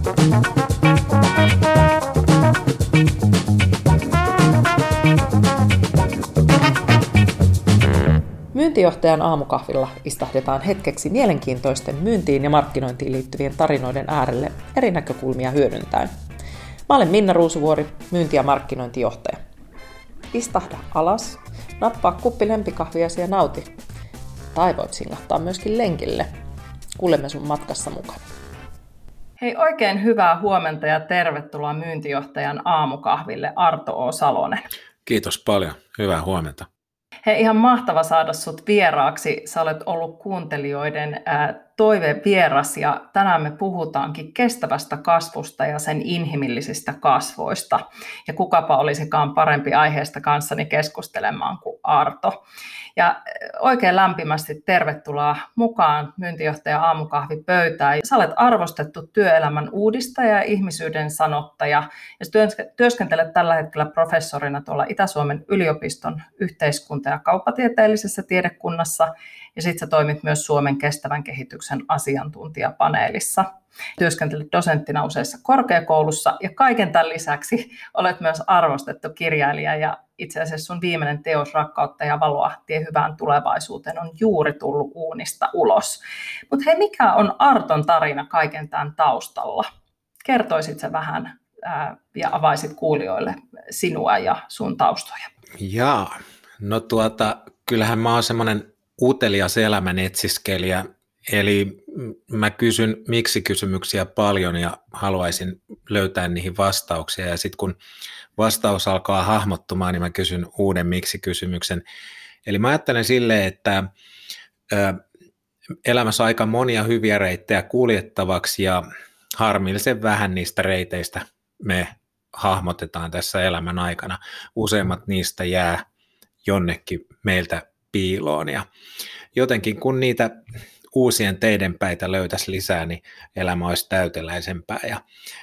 Myyntijohtajan aamukahvilla istahdetaan hetkeksi mielenkiintoisten myyntiin ja markkinointiin liittyvien tarinoiden äärelle eri näkökulmia hyödyntäen. Mä olen Minna Ruusuvuori, myynti- ja markkinointijohtaja. Istahda alas, nappaa kuppi lempikahviasi ja nauti. Tai voit singahtaa myöskin lenkille. Kuulemme sun matkassa mukana. Hei, oikein hyvää huomenta ja tervetuloa myyntijohtajan aamukahville, Arto O. Salonen. Kiitos paljon. Hyvää huomenta. Hei, ihan mahtava saada sut vieraaksi. Sä olet ollut kuuntelijoiden toivevieras ja tänään me puhutaankin kestävästä kasvusta ja sen inhimillisistä kasvoista. Ja kukapa olisikaan parempi aiheesta kanssani keskustelemaan kuin Arto. Ja oikein lämpimästi tervetuloa mukaan myyntijohtaja aamukahvipöytään. Sä olet arvostettu työelämän uudistaja ja ihmisyyden sanottaja. Ja työskentelet tällä hetkellä professorina tuolla Itä-Suomen yliopiston yhteiskunta- ja kauppatieteellisessä tiedekunnassa. Ja sitten sä toimit myös Suomen kestävän kehityksen asiantuntijapaneelissa. Työskentelet dosenttina useissa korkeakoulussa ja kaiken tämän lisäksi olet myös arvostettu kirjailija ja itse asiassa sun viimeinen teos Rakkautta ja valoa, tie hyvään tulevaisuuteen on juuri tullut uunista ulos. Mutta hei, mikä on Arton tarina kaiken tämän taustalla? Kertoisit sä vähän ja avaisit kuulijoille sinua ja sun taustoja? Jaa, no kyllähän mä oon semmoinen utelias elämän etsiskelijä, eli mä kysyn miksi-kysymyksiä paljon ja haluaisin löytää niihin vastauksia, ja sitten kun vastaus alkaa hahmottumaan, niin mä kysyn uuden miksi-kysymyksen. Eli mä ajattelen silleen, että elämässä on aika monia hyviä reittejä kuljettavaksi, ja harmillisen vähän niistä reiteistä me hahmotetaan tässä elämän aikana. Useimmat niistä jää jonnekin meiltä piiloon, ja jotenkin kun niitä uusien teiden päitä löytäisi lisää, niin elämä olisi täyteläisempää ja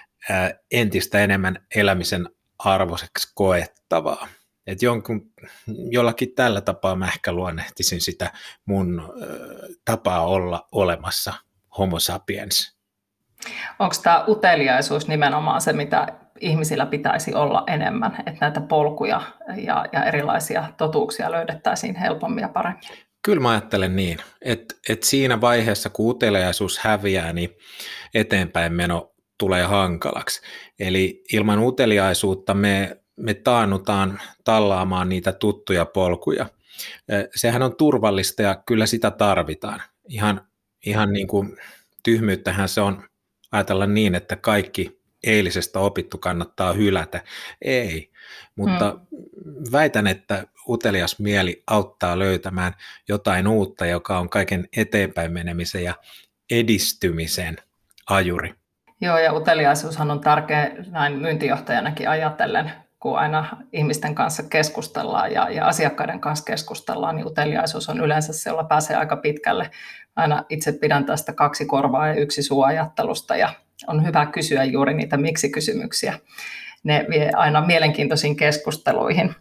entistä enemmän elämisen arvoiseksi koettavaa. Et jollakin tällä tapaa mä ehkä luonnehtisin sitä mun tapaa olla olemassa, homo sapiens. Onko tämä uteliaisuus nimenomaan se, mitä ihmisillä pitäisi olla enemmän, että näitä polkuja ja erilaisia totuuksia löydettäisiin helpommin ja paremmin? Kyllä mä ajattelen niin, että siinä vaiheessa, kun uteliaisuus häviää, niin eteenpäin meno tulee hankalaksi. Eli ilman uteliaisuutta me taannutaan tallaamaan niitä tuttuja polkuja. Sehän on turvallista ja kyllä sitä tarvitaan. Ihan niin kuin tyhmyyttähän se on ajatella niin, että kaikki eilisestä opittu kannattaa hylätä. Ei, mutta väitän, että utelias mieli auttaa löytämään jotain uutta, joka on kaiken eteenpäin menemisen ja edistymisen ajuri. Joo, ja uteliaisuushan on tärkeä näin myyntijohtajanakin ajatellen, kun aina ihmisten kanssa keskustellaan ja asiakkaiden kanssa keskustellaan, niin uteliaisuus on yleensä se, jolla pääsee aika pitkälle. Aina itse pidän tästä 2 korvaa ja 1 suu ajattelusta, ja on hyvä kysyä juuri niitä miksi-kysymyksiä. Ne vie aina mielenkiintoisiin keskusteluihin.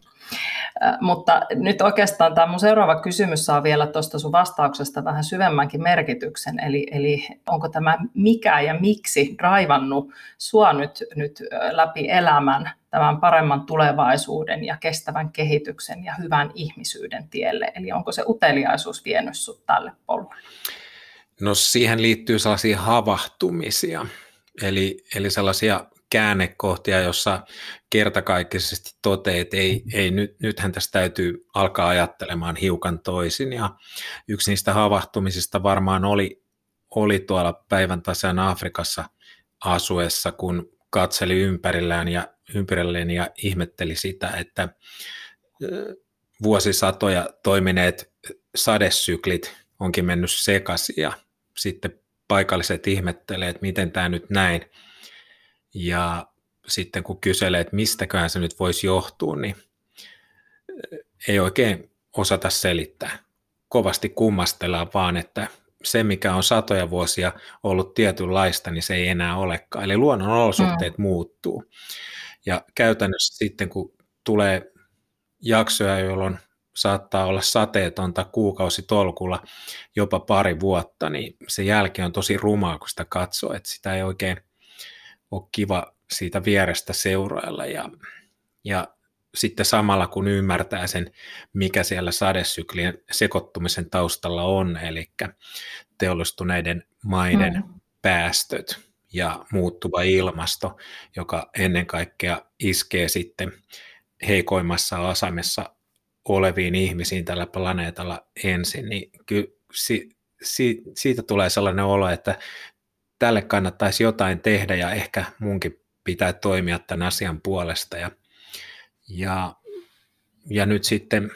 Mutta nyt oikeastaan tämä mun seuraava kysymys saa vielä tuosta sun vastauksesta vähän syvemmänkin merkityksen. Eli onko tämä mikä ja miksi draivannut sua nyt läpi elämän tämän paremman tulevaisuuden ja kestävän kehityksen ja hyvän ihmisyyden tielle? Eli onko se uteliaisuus vienyt sut tälle polulle? No siihen liittyy sellaisia havahtumisia, eli sellaisia käännekohtia, jossa kertakaikkisesti toteaa, että nythän tässä täytyy alkaa ajattelemaan hiukan toisin. Ja yksi niistä havahtumisista varmaan oli tuolla päivän tasaan Afrikassa asuessa, kun katseli ympärilleen ja ihmetteli sitä, että vuosisatoja toimineet sadesyklit onkin mennyt sekaisin ja sitten paikalliset ihmettelee, että miten tämä nyt näin. Ja sitten kun kyselee, että mistäköhän se nyt voisi johtua, niin ei oikein osata selittää. Kovasti kummastellaan vaan, että se mikä on satoja vuosia ollut tietynlaista, niin se ei enää olekaan. Eli luonnon olosuhteet muuttuu. Ja käytännössä sitten kun tulee jaksoja, jolloin saattaa olla sateetonta kuukausitolkulla jopa 2 vuotta, niin se jälki on tosi rumaa, kun sitä katsoo, että sitä ei oikein ole kiva siitä vierestä seurailla ja sitten samalla kun ymmärtää sen, mikä siellä sadesyklien sekoittumisen taustalla on, eli teollistuneiden maiden päästöt ja muuttuva ilmasto, joka ennen kaikkea iskee sitten heikoimmassa asemassa oleviin ihmisiin tällä planeetalla ensin, niin kyllä siitä tulee sellainen olo, että tälle kannattaisi jotain tehdä ja ehkä munkin pitää toimia tämän asian puolesta. Ja nyt sitten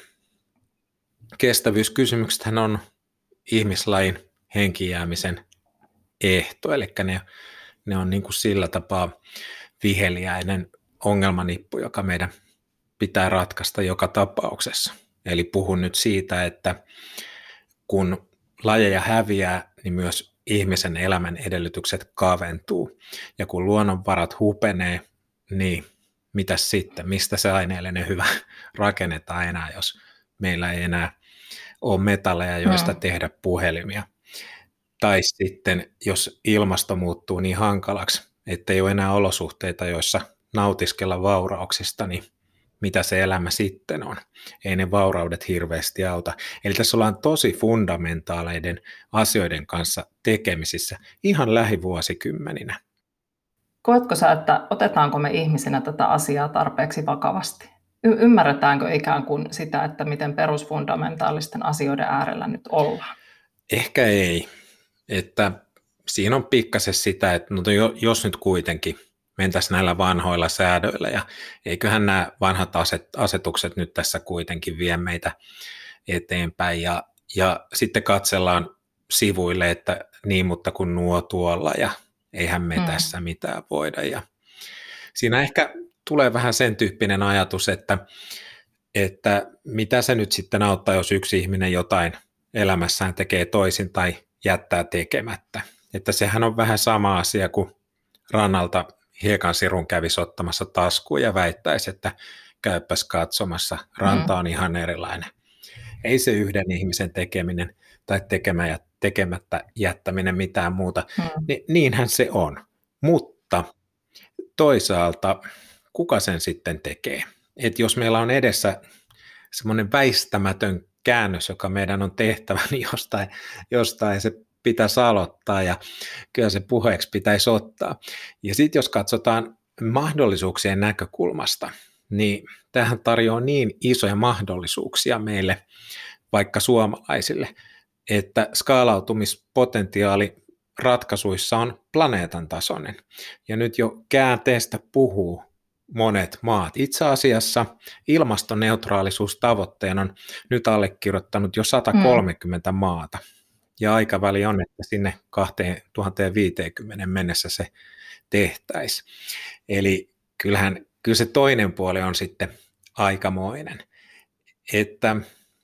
kestävyyskysymyksethän on ihmislajin henkijäämisen ehto, eli ne on niin kuin sillä tapaa viheliäinen ongelmanippu, joka meidän pitää ratkaista joka tapauksessa. Eli puhun nyt siitä, että kun lajeja häviää, niin myös ihmisen elämän edellytykset kaventuu. Ja kun luonnonvarat hupenee, niin mitäs sitten? Mistä se aineellinen hyvä rakennetaan enää, jos meillä ei enää ole metalleja, joista tehdä puhelimia? Tai sitten, jos ilmasto muuttuu niin hankalaksi, ettei ole enää olosuhteita, joissa nautiskella vaurauksista, niin mitä se elämä sitten on? Ei ne vauraudet hirveästi auta. Eli tässä ollaan tosi fundamentaaleiden asioiden kanssa tekemisissä ihan lähivuosikymmeninä. Koetko sä, että otetaanko me ihmisinä tätä asiaa tarpeeksi vakavasti? Ymmärretäänkö ikään kuin sitä, että miten perusfundamentaalisten asioiden äärellä nyt ollaan? Ehkä ei. Että siinä on pikkasen sitä, että jos nyt kuitenkin mentäisiin näillä vanhoilla säädöillä ja eiköhän nämä vanhat asetukset nyt tässä kuitenkin vie meitä eteenpäin ja sitten katsellaan sivuille, että niin, mutta kun nuo tuolla ja eihän me tässä mitään voida. Ja siinä ehkä tulee vähän sen tyyppinen ajatus, että mitä se nyt sitten auttaa, jos yksi ihminen jotain elämässään tekee toisin tai jättää tekemättä. Että sehän on vähän sama asia kuin rannalta hiekansirun kävisi ottamassa taskuun ja väittäisi, että käypäs katsomassa, ranta on ihan erilainen. Ei se yhden ihmisen tekeminen tai tekemättä jättäminen mitään muuta, niinhän se on. Mutta toisaalta kuka sen sitten tekee? Et jos meillä on edessä semmoinen väistämätön käännös, joka meidän on tehtävä, niin jostain se pitäisi aloittaa ja kyllä se puheeksi pitäisi ottaa. Ja sitten jos katsotaan mahdollisuuksien näkökulmasta, niin tämähän tarjoaa niin isoja mahdollisuuksia meille, vaikka suomalaisille, että skaalautumispotentiaali ratkaisuissa on planeetan tasoinen. Ja nyt jo käänteestä puhuu monet maat. Itse asiassa ilmastoneutraalisuustavoitteen on nyt allekirjoittanut jo 130 maata. Ja aikaväli on, että sinne 2050 mennessä se tehtäisiin. Eli kyllä se toinen puoli on sitten aikamoinen. Että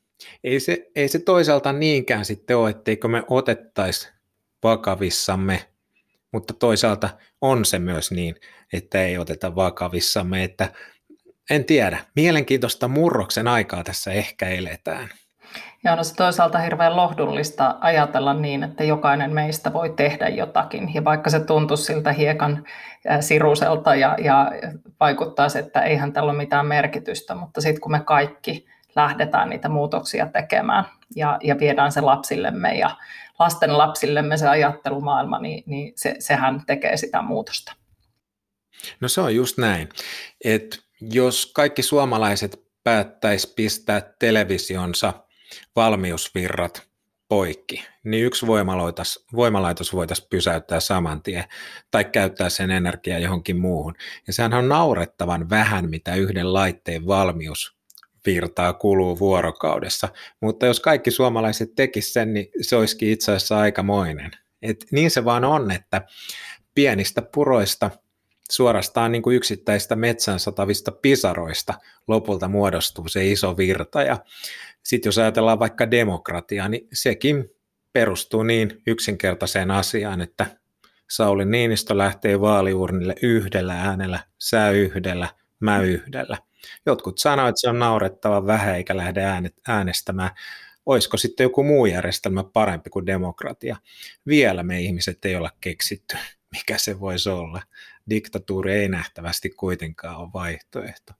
ei se toisaalta niinkään sitten ole, etteikö me otettaisi vakavissamme, mutta toisaalta on se myös niin, että ei oteta vakavissamme, että en tiedä, mielenkiintoista murroksen aikaa tässä ehkä eletään. Ja on se toisaalta hirveän lohdullista ajatella niin, että jokainen meistä voi tehdä jotakin. Ja vaikka se tuntuisi siltä hiekan siruselta ja vaikuttaisi, että eihän tällä ole mitään merkitystä, mutta sitten kun me kaikki lähdetään niitä muutoksia tekemään ja viedään se lapsillemme ja lasten lapsillemme se ajattelumaailma, niin sehän tekee sitä muutosta. No se on just näin, että jos kaikki suomalaiset päättäisi pistää televisionsa valmiusvirrat poikki, niin yksi voimalaitos voitaisiin pysäyttää saman tien tai käyttää sen energiaa johonkin muuhun. Ja sehän on naurettavan vähän, mitä yhden laitteen valmiusvirtaa kuluu vuorokaudessa, mutta jos kaikki suomalaiset tekisivät sen, niin se olisikin itse asiassa aikamoinen. Et niin se vaan on, että pienistä puroista suorastaan niin kuin yksittäistä metsän satavista pisaroista lopulta muodostuu se iso virta. Ja sitten jos ajatellaan vaikka demokratiaa, niin sekin perustuu niin yksinkertaiseen asiaan, että Sauli Niinistö lähtee vaaliurnille yhdellä äänellä, sä yhdellä, mä yhdellä. Jotkut sanoivat, että se on naurettava vähän eikä lähde äänestämään. Olisiko sitten joku muu järjestelmä parempi kuin demokratia? Vielä me ihmiset ei olla keksitty mikä se voisi olla. Diktatuuri ei nähtävästi kuitenkaan ole vaihtoehto.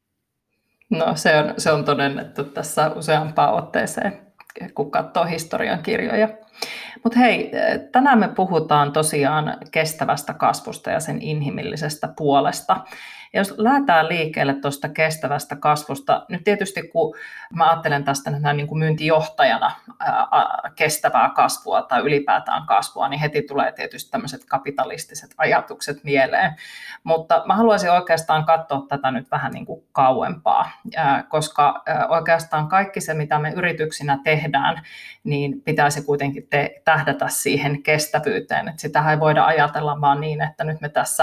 No se on todennettu tässä useampaan otteeseen, kun katsoo historian kirjoja. Mutta hei, tänään me puhutaan tosiaan kestävästä kasvusta ja sen inhimillisestä puolesta. Ja jos lähdetään liikkeelle tuosta kestävästä kasvusta, nyt tietysti kun mä ajattelen tästä nyt niin kuin myyntijohtajana kestävää kasvua tai ylipäätään kasvua, niin heti tulee tietysti tämmöiset kapitalistiset ajatukset mieleen. Mutta mä haluaisin oikeastaan katsoa tätä nyt vähän niin kuin kauempaa, koska oikeastaan kaikki se, mitä me yrityksinä tehdään, niin pitäisi kuitenkin tähdätä siihen kestävyyteen. Että sitähän ei voida ajatella vaan niin, että nyt me tässä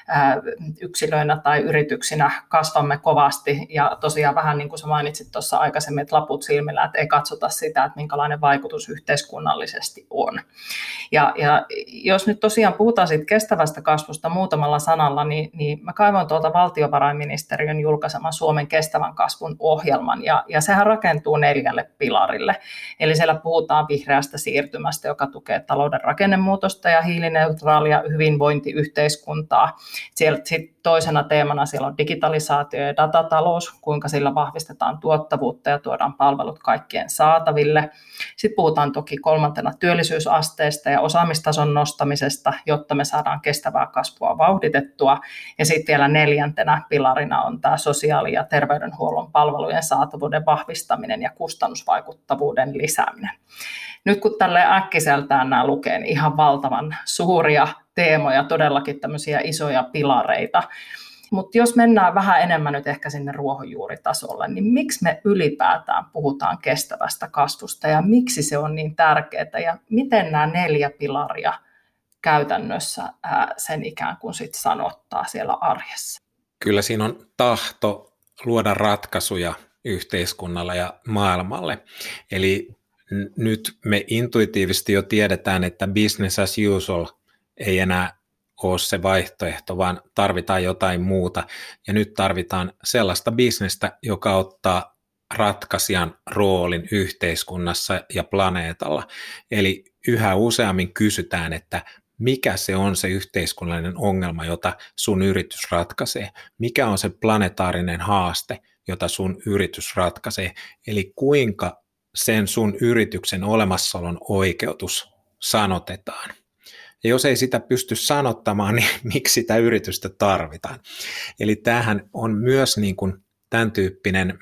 yksilöinä tai yrityksinä kasvamme kovasti ja tosiaan vähän niin kuin sä mainitsit tuossa aikaisemmin, että laput silmillä, että ei katsota sitä, että minkälainen vaikutus yhteiskunnallisesti on. Ja jos nyt tosiaan puhutaan siitä kestävästä kasvusta muutamalla sanalla, niin mä kaivoin tuolta valtiovarainministeriön julkaiseman Suomen kestävän kasvun ohjelman ja sehän rakentuu 4 pilarille. Eli siellä puhutaan vihreästä siirtymästä, joka tukee talouden rakennemuutosta ja hiilineutraalia hyvinvointiyhteiskuntaa. Sitten toisena teemana siellä on digitalisaatio ja datatalous, kuinka sillä vahvistetaan tuottavuutta ja tuodaan palvelut kaikkien saataville. Sitten puhutaan toki 3. työllisyysasteesta ja osaamistason nostamisesta, jotta me saadaan kestävää kasvua vauhditettua. Ja sitten vielä 4. pilarina on tämä sosiaali- ja terveydenhuollon palvelujen saatavuuden vahvistaminen ja kustannusvaikuttavuuden lisääminen. Nyt kun tälleen äkkiseltään nämä lukee, niin ihan valtavan suuria teemoja, todellakin tämmöisiä isoja pilareita. Mutta jos mennään vähän enemmän nyt ehkä sinne ruohonjuuritasolle, niin miksi me ylipäätään puhutaan kestävästä kasvusta ja miksi se on niin tärkeää ja miten nämä 4 pilaria käytännössä sen ikään kuin sit sanottaa siellä arjessa? Kyllä siinä on tahto luoda ratkaisuja yhteiskunnalle ja maailmalle. Eli nyt me intuitiivisesti jo tiedetään, että business as usual ei enää ole se vaihtoehto, vaan tarvitaan jotain muuta. Ja nyt tarvitaan sellaista bisnestä, joka ottaa ratkaisijan roolin yhteiskunnassa ja planeetalla. Eli yhä useammin kysytään, että mikä se on se yhteiskunnallinen ongelma, jota sun yritys ratkaisee? Mikä on se planetaarinen haaste, jota sun yritys ratkaisee? Eli kuinka sen sun yrityksen olemassaolon oikeutus sanotetaan. Ja jos ei sitä pysty sanottamaan, niin miksi sitä yritystä tarvitaan? Eli tämähän on myös niin kuin tämän tyyppinen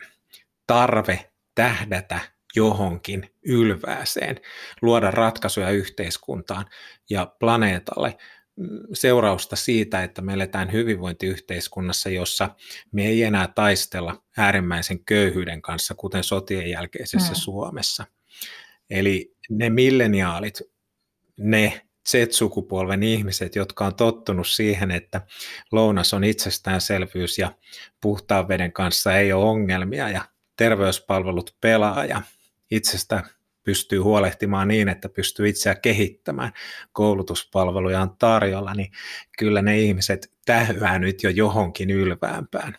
tarve tähdätä johonkin ylvääseen, luoda ratkaisuja yhteiskuntaan ja planeetalle, seurausta siitä, että me eletään hyvinvointiyhteiskunnassa, jossa me ei enää taistella äärimmäisen köyhyyden kanssa, kuten sotien jälkeisessä Suomessa. Eli ne milleniaalit, ne Z-sukupolven ihmiset, jotka on tottunut siihen, että lounas on itsestäänselvyys ja puhtaan veden kanssa ei ole ongelmia ja terveyspalvelut pelaa ja itsestä pystyy huolehtimaan niin, että pystyy itseään kehittämään, koulutuspalveluja on tarjolla, niin kyllä ne ihmiset tähyää nyt jo johonkin ylväämpään.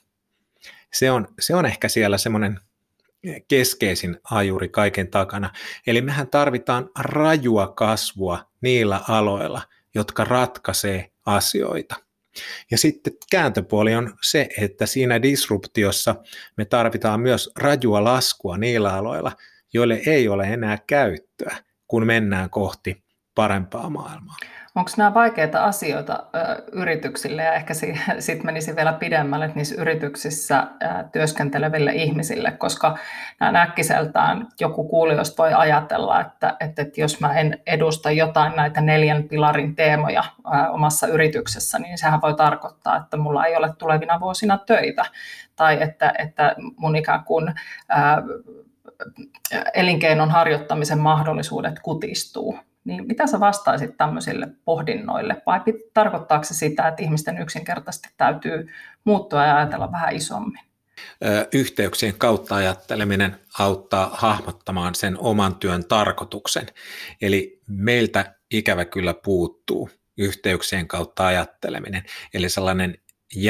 Se on ehkä siellä semmoinen keskeisin ajuri kaiken takana. Eli mehän tarvitaan rajua kasvua niillä aloilla, jotka ratkaisee asioita. Ja sitten kääntöpuoli on se, että siinä disruptiossa me tarvitaan myös rajua laskua niillä aloilla, joille ei ole enää käyttöä, kun mennään kohti parempaa maailmaa. Onko nämä vaikeita asioita yrityksille ja ehkä sitten menisi vielä pidemmälle niissä yrityksissä työskenteleville ihmisille, koska nämä äkkiseltään joku kuulijoista voi ajatella, että jos mä en edusta jotain näitä 4 pilarin teemoja omassa yrityksessä, niin sehän voi tarkoittaa, että mulla ei ole tulevina vuosina töitä tai että mun ikään kuin elinkeinon harjoittamisen mahdollisuudet kutistuu. Niin mitä sä vastaisit tämmöisille pohdinnoille, vai tarkoittaako se sitä, että ihmisten yksinkertaisesti täytyy muuttua ja ajatella vähän isommin? Yhteyksien kautta ajatteleminen auttaa hahmottamaan sen oman työn tarkoituksen. Eli meiltä ikävä kyllä puuttuu yhteyksien kautta ajatteleminen, eli sellainen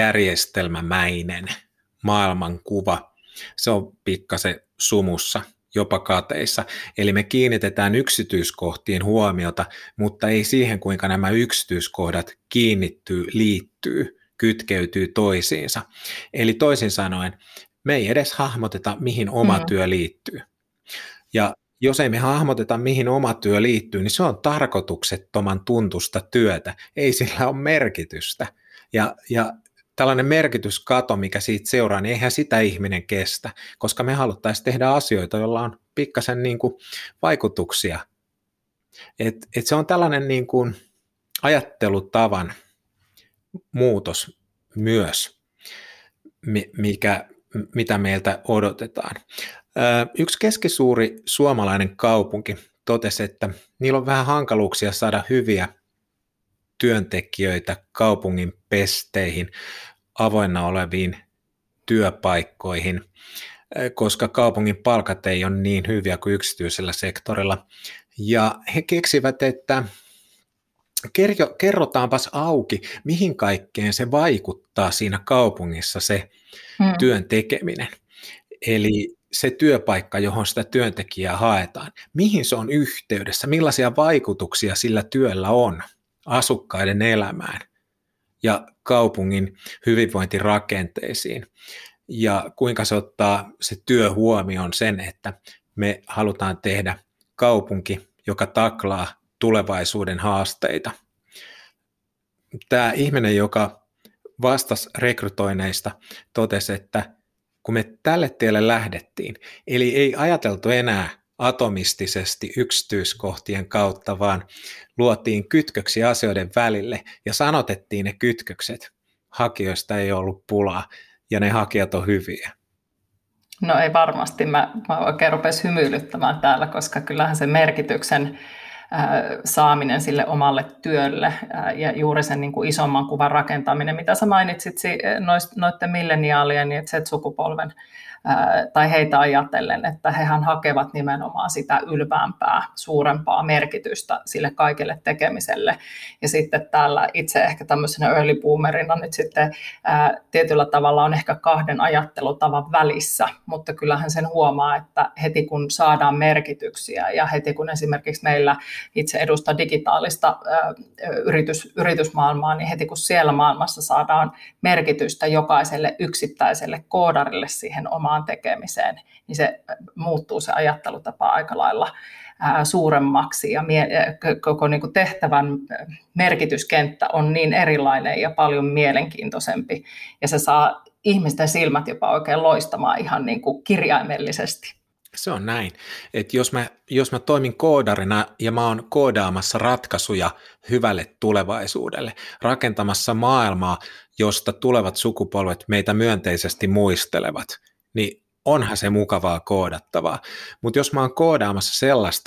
järjestelmämäinen maailmankuva. Se on pikkasen sumussa jopa kateissa. Eli me kiinnitetään yksityiskohtiin huomiota, mutta ei siihen, kuinka nämä yksityiskohdat kiinnittyy, liittyy, kytkeytyy toisiinsa. Eli toisin sanoen, me ei edes hahmoteta, mihin oma työ liittyy. Ja jos ei me hahmoteta, mihin oma työ liittyy, niin se on tarkoituksettoman tuntusta työtä. Ei sillä ole merkitystä. Ja tällainen merkityskato, mikä siitä seuraa, niin eihän sitä ihminen kestä, koska me haluttaisiin tehdä asioita, joilla on pikkasen niin kuin vaikutuksia. Et se on tällainen niin kuin ajattelutavan muutos myös, mitä meiltä odotetaan. Yksi keskisuuri suomalainen kaupunki totesi, että niillä on vähän hankaluuksia saada hyviä työntekijöitä kaupungin pesteihin, avoinna oleviin työpaikkoihin, koska kaupungin palkat ei ole niin hyviä kuin yksityisellä sektorilla. Ja he keksivät, että kerrotaanpas auki, mihin kaikkeen se vaikuttaa siinä kaupungissa se työn tekeminen. Eli se työpaikka, johon sitä työntekijää haetaan, mihin se on yhteydessä, millaisia vaikutuksia sillä työllä on asukkaiden elämään ja kaupungin hyvinvointirakenteisiin, ja kuinka se ottaa se työ huomioon sen, että me halutaan tehdä kaupunki, joka taklaa tulevaisuuden haasteita. Tämä ihminen, joka vastasi rekrytoineista, totesi, että kun me tälle tielle lähdettiin, eli ei ajateltu enää atomistisesti yksityiskohtien kautta, vaan luotiin kytköksiä asioiden välille ja sanotettiin ne kytkökset. Hakijoista ei ollut pulaa ja ne hakijat on hyviä. No ei varmasti. Mä oikein rupesin hymyilyttämään täällä, koska kyllähän se merkityksen saaminen sille omalle työlle ja juuri sen niin kuin isomman kuvan rakentaminen, mitä sä mainitsit noiden milleniaalien ja Z-sukupolven tai heitä ajatellen, että hehän hakevat nimenomaan sitä ylväämpää, suurempaa merkitystä sille kaikelle tekemiselle. Ja sitten täällä itse ehkä tämmöisenä early boomerina nyt sitten tietyllä tavalla on ehkä kahden ajattelutavan välissä, mutta kyllähän sen huomaa, että heti kun saadaan merkityksiä ja heti kun esimerkiksi meillä itse edustaa digitaalista yritysmaailmaa, niin heti kun siellä maailmassa saadaan merkitystä jokaiselle yksittäiselle koodarille siihen omaan tekemiseen, niin se muuttuu se ajattelutapa aika lailla suuremmaksi ja koko niin kuin tehtävän merkityskenttä on niin erilainen ja paljon mielenkiintoisempi ja se saa ihmisten silmät jopa oikein loistamaan ihan niin kuin kirjaimellisesti. Se on näin, että jos mä toimin koodarina ja mä oon koodaamassa ratkaisuja hyvälle tulevaisuudelle, rakentamassa maailmaa, josta tulevat sukupolvet meitä myönteisesti muistelevat, niin onhan se mukavaa koodattavaa. Mutta jos mä oon koodaamassa sellaista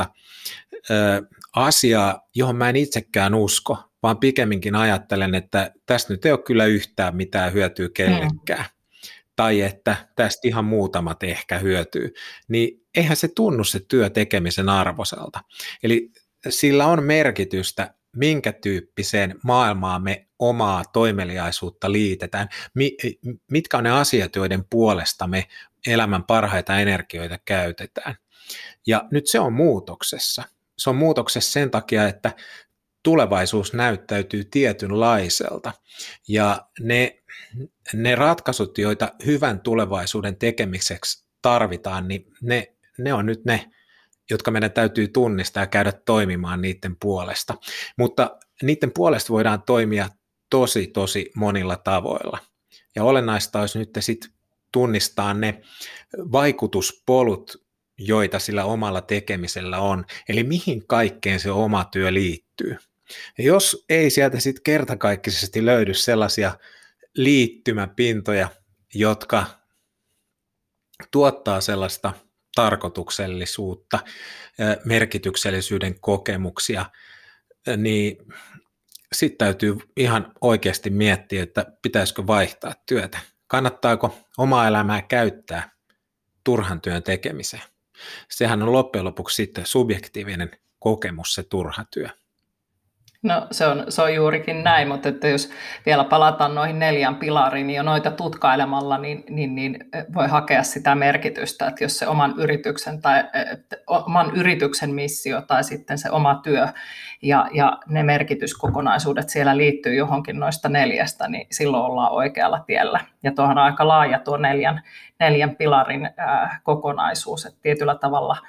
asiaa, johon mä en itsekään usko, vaan pikemminkin ajattelen, että tästä nyt ei ole kyllä yhtään mitään hyötyä kellekään, tai että tästä ihan muutamat ehkä hyötyy, niin eihän se tunnu se työ tekemisen arvoiselta. Eli sillä on merkitystä, minkä tyyppiseen maailmaan me omaa toimeliaisuutta liitetään, mitkä on ne asiat, joiden puolesta me elämän parhaita energioita käytetään. Ja nyt se on muutoksessa. Se on muutoksessa sen takia, että tulevaisuus näyttäytyy tietynlaiselta, ja ne ratkaisut, joita hyvän tulevaisuuden tekemiseksi tarvitaan, niin ne on nyt ne, jotka meidän täytyy tunnistaa ja käydä toimimaan niiden puolesta. Mutta niiden puolesta voidaan toimia tosi monilla tavoilla. Ja olennaista olisi nyt sitten tunnistaa ne vaikutuspolut, joita sillä omalla tekemisellä on, eli mihin kaikkeen se oma työ liittyy. Ja jos ei sieltä sitten kertakaikkisesti löydy sellaisia liittymäpintoja, jotka tuottaa sellaista tarkoituksellisuutta, merkityksellisyyden kokemuksia, niin sitten täytyy ihan oikeasti miettiä, että pitäisikö vaihtaa työtä. Kannattaako omaa elämää käyttää turhan työn tekemiseen? Sehän on loppujen lopuksi sitten subjektiivinen kokemus, se turha työ. No se on juurikin näin, mutta että jos vielä palataan noihin 4 pilariin, niin jo noita tutkailemalla niin voi hakea sitä merkitystä, että jos se oman yrityksen missio tai sitten se oma työ ja ne merkityskokonaisuudet siellä liittyy johonkin noista 4, niin silloin ollaan oikealla tiellä. Ja tuohon on aika laaja tuo 4 pilarin kokonaisuus, että tietyllä tavalla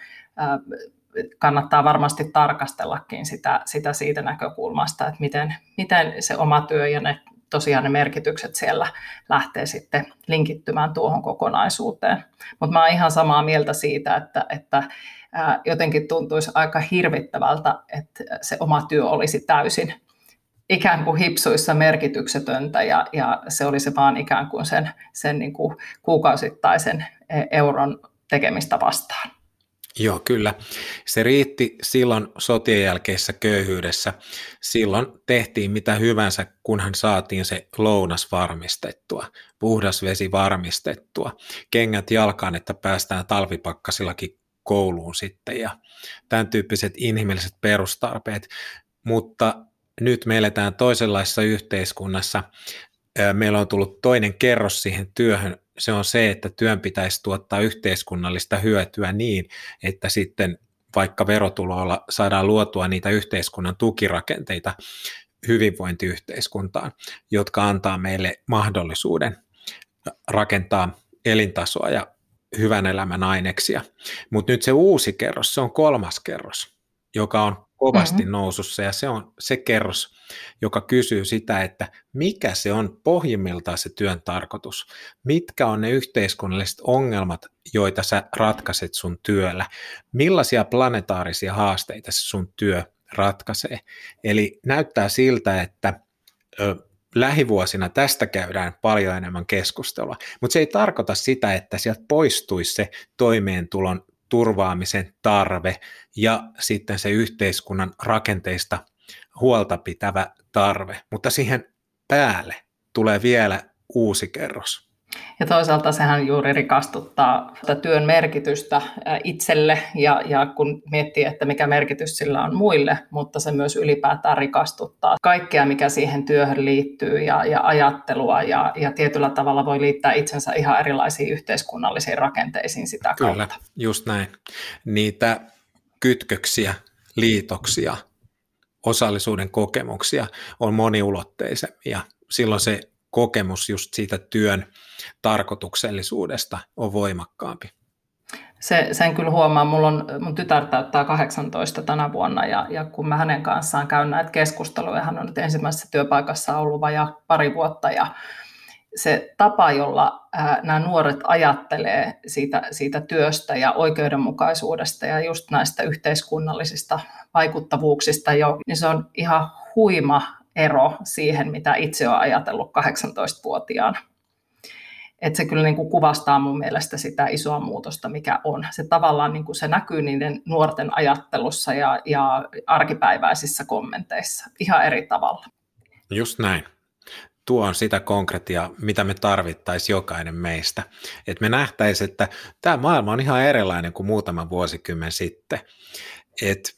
kannattaa varmasti tarkastellakin sitä siitä näkökulmasta, että miten se oma työ ja tosiaan ne merkitykset siellä lähtee sitten linkittymään tuohon kokonaisuuteen. Mutta mä oon ihan samaa mieltä siitä, että jotenkin tuntuisi aika hirvittävältä, että se oma työ olisi täysin ikään kuin hipsuissa merkityksetöntä ja se olisi vaan ikään kuin sen niin kuin kuukausittaisen euron tekemistä vastaan. Joo, kyllä. Se riitti silloin sotien jälkeisessä köyhyydessä. Silloin tehtiin mitä hyvänsä, kunhan saatiin se lounas varmistettua, puhdas vesi varmistettua, kengät jalkaan, että päästään talvipakkasillakin kouluun sitten ja tämän tyyppiset inhimilliset perustarpeet. Mutta nyt me eletään toisenlaisessa yhteiskunnassa. Meillä on tullut toinen kerros siihen työhön. Se on se, että työn pitäisi tuottaa yhteiskunnallista hyötyä niin, että sitten vaikka verotuloilla saadaan luotua niitä yhteiskunnan tukirakenteita hyvinvointiyhteiskuntaan, jotka antaa meille mahdollisuuden rakentaa elintasoa ja hyvän elämän aineksia. Mutta nyt se uusi kerros, se on 3. kerros, joka on kovasti nousussa ja se on se kerros, joka kysyy sitä, että mikä se on pohjimmiltaan se työn tarkoitus, mitkä on ne yhteiskunnalliset ongelmat, joita sä ratkaiset sun työllä, millaisia planetaarisia haasteita se sun työ ratkaisee. Eli näyttää siltä, että lähivuosina tästä käydään paljon enemmän keskustelua, mutta se ei tarkoita sitä, että sieltä poistuisi se toimeentulon turvaamisen tarve ja sitten se yhteiskunnan rakenteista huolta pitävä tarve, mutta siihen päälle tulee vielä uusi kerros. Ja toisaalta sehän juuri rikastuttaa työn merkitystä itselle ja kun miettii, että mikä merkitys sillä on muille, mutta se myös ylipäätään rikastuttaa kaikkea, mikä siihen työhön liittyy ja ajattelua ja tietyllä tavalla voi liittää itsensä ihan erilaisiin yhteiskunnallisiin rakenteisiin sitä kautta. Kyllä, just näin. Niitä kytköksiä, liitoksia, osallisuuden kokemuksia on moniulotteisemmin ja silloin se kokemus just siitä työn tarkoituksellisuudesta on voimakkaampi. Sen kyllä huomaa. Mun tytär täyttää 18 tänä vuonna ja kun mä hänen kanssaan käyn näitä keskusteluja, hän on nyt ensimmäisessä työpaikassa ollut vajaa pari vuotta ja se tapa, jolla nämä nuoret ajattelee siitä työstä ja oikeudenmukaisuudesta ja just näistä yhteiskunnallisista vaikuttavuuksista niin se on ihan huima ero siihen, mitä itse olen ajatellut 18-vuotiaana. Että se kyllä niin kuin kuvastaa mun mielestä sitä isoa muutosta, mikä on. Se tavallaan niin kuin se näkyy niiden nuorten ajattelussa ja arkipäiväisissä kommenteissa ihan eri tavalla. Just näin. Tuo on sitä konkretiaa, mitä me tarvittaisiin jokainen meistä. Että me nähtäisiin, että tämä maailma on ihan erilainen kuin muutama vuosikymmen sitten. Että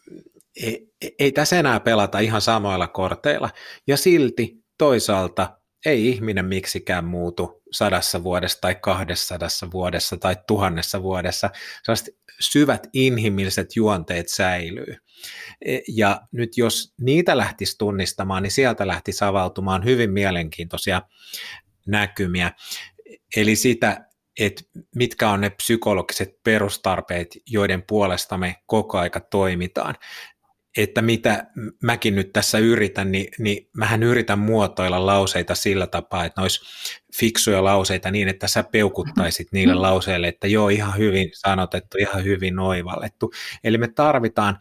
ei tässä enää pelata ihan samoilla korteilla. Ja silti toisaalta ei ihminen miksikään muutu 100 vuodessa tai 200 vuodessa tai 1000 vuodessa. Sellaiset syvät inhimilliset juonteet säilyy. Ja nyt jos niitä lähtisi tunnistamaan, niin sieltä lähtisi avautumaan hyvin mielenkiintoisia näkymiä. Eli sitä, että mitkä on ne psykologiset perustarpeet, joiden puolesta me koko aika toimitaan. Että mitä mäkin nyt tässä yritän, niin mähän yritän muotoilla lauseita sillä tapaa, että ne olisi fiksuja lauseita niin, että sä peukuttaisit niille lauseille, että joo, ihan hyvin sanotettu, ihan hyvin oivallettu. Eli me tarvitaan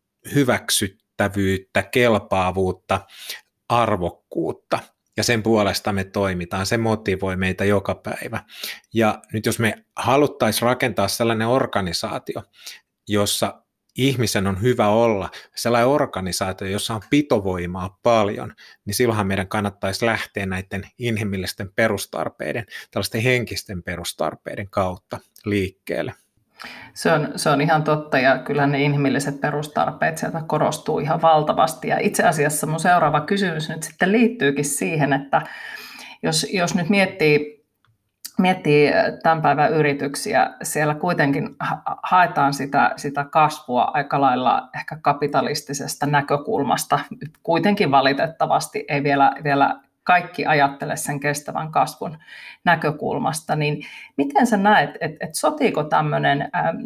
hyväksyttävyyttä, kelpaavuutta, arvokkuutta ja sen puolesta me toimitaan, se motivoi meitä joka päivä. Ja nyt jos me haluttaisiin rakentaa sellainen organisaatio, jossa ihmisen on hyvä olla, sellainen organisaatio, jossa on pitovoimaa paljon, niin silloinhan meidän kannattaisi lähteä näiden inhimillisten perustarpeiden, tällaisten henkisten perustarpeiden kautta liikkeelle. Se on ihan totta, ja kyllä ne inhimilliset perustarpeet sieltä korostuu ihan valtavasti. Ja itse asiassa mun seuraava kysymys nyt sitten liittyykin siihen, että jos nyt miettii tämän päivän yrityksiä, siellä kuitenkin haetaan sitä kasvua aika lailla ehkä kapitalistisesta näkökulmasta. Kuitenkin valitettavasti ei vielä kaikki ajattele sen kestävän kasvun näkökulmasta, niin miten sä näet, että sotiiko tämmöinen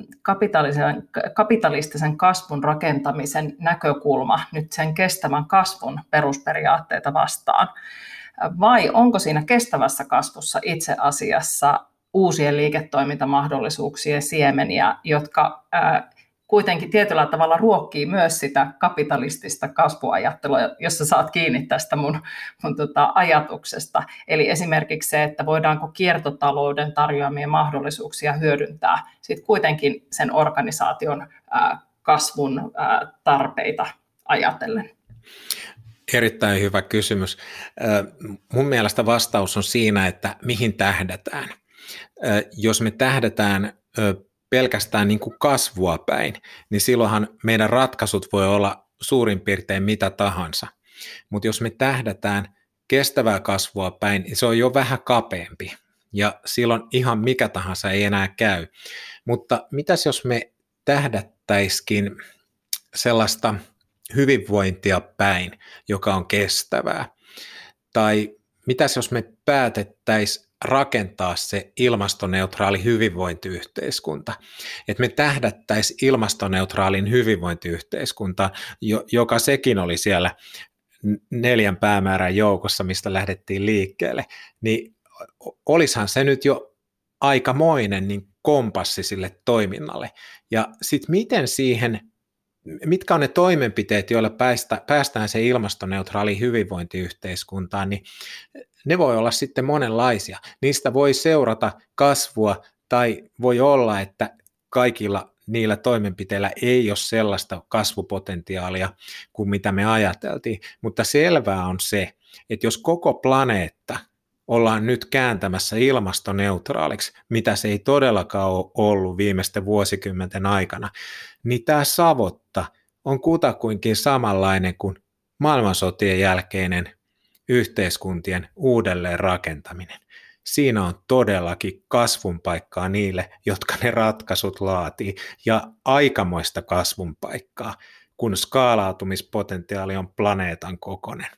kapitalistisen kasvun rakentamisen näkökulma nyt sen kestävän kasvun perusperiaatteita vastaan? Vai onko siinä kestävässä kasvussa itse asiassa uusien liiketoimintamahdollisuuksien siemeniä, jotka kuitenkin tietyllä tavalla ruokkii myös sitä kapitalistista kasvuajattelua, jossa saat kiinni tästä mun ajatuksesta. Eli esimerkiksi se, että voidaanko kiertotalouden tarjoamia mahdollisuuksia hyödyntää sit kuitenkin sen organisaation kasvun tarpeita ajatellen. Erittäin hyvä kysymys. Mun mielestä vastaus on siinä, että mihin tähdätään. Jos me tähdätään pelkästään niin kuin kasvua päin, niin silloinhan meidän ratkaisut voi olla suurin piirtein mitä tahansa. Mutta jos me tähdätään kestävää kasvua päin, niin se on jo vähän kapeampi. Ja silloin ihan mikä tahansa ei enää käy. Mutta mitäs jos me tähdättäisikin sellaista hyvinvointia päin, joka on kestävää? Tai mitäs jos me päätettäisiin rakentaa se ilmastoneutraali hyvinvointiyhteiskunta, että me tähdättäisiin ilmastoneutraalin hyvinvointiyhteiskunta, joka sekin oli siellä 4 päämäärän joukossa, mistä lähdettiin liikkeelle, niin olisihan se nyt jo aikamoinen niin kompassi sille toiminnalle. Ja sitten mitkä on ne toimenpiteet, joilla päästään se ilmastoneutraaliin hyvinvointiyhteiskuntaan, niin ne voi olla sitten monenlaisia. Niistä voi seurata kasvua tai voi olla, että kaikilla niillä toimenpiteillä ei ole sellaista kasvupotentiaalia kuin mitä me ajateltiin, mutta selvää on se, että jos koko planeetta ollaan nyt kääntämässä ilmastoneutraaliksi, mitä se ei todellakaan ole ollut viimeisten vuosikymmenten aikana, niin tämä savotta on kutakuinkin samanlainen kuin maailmansotien jälkeinen yhteiskuntien uudelleen rakentaminen. Siinä on todellakin kasvun paikkaa niille, jotka ne ratkaisut laatii, ja aikamoista kasvun paikkaa, kun skaalautumispotentiaali on planeetan kokoinen.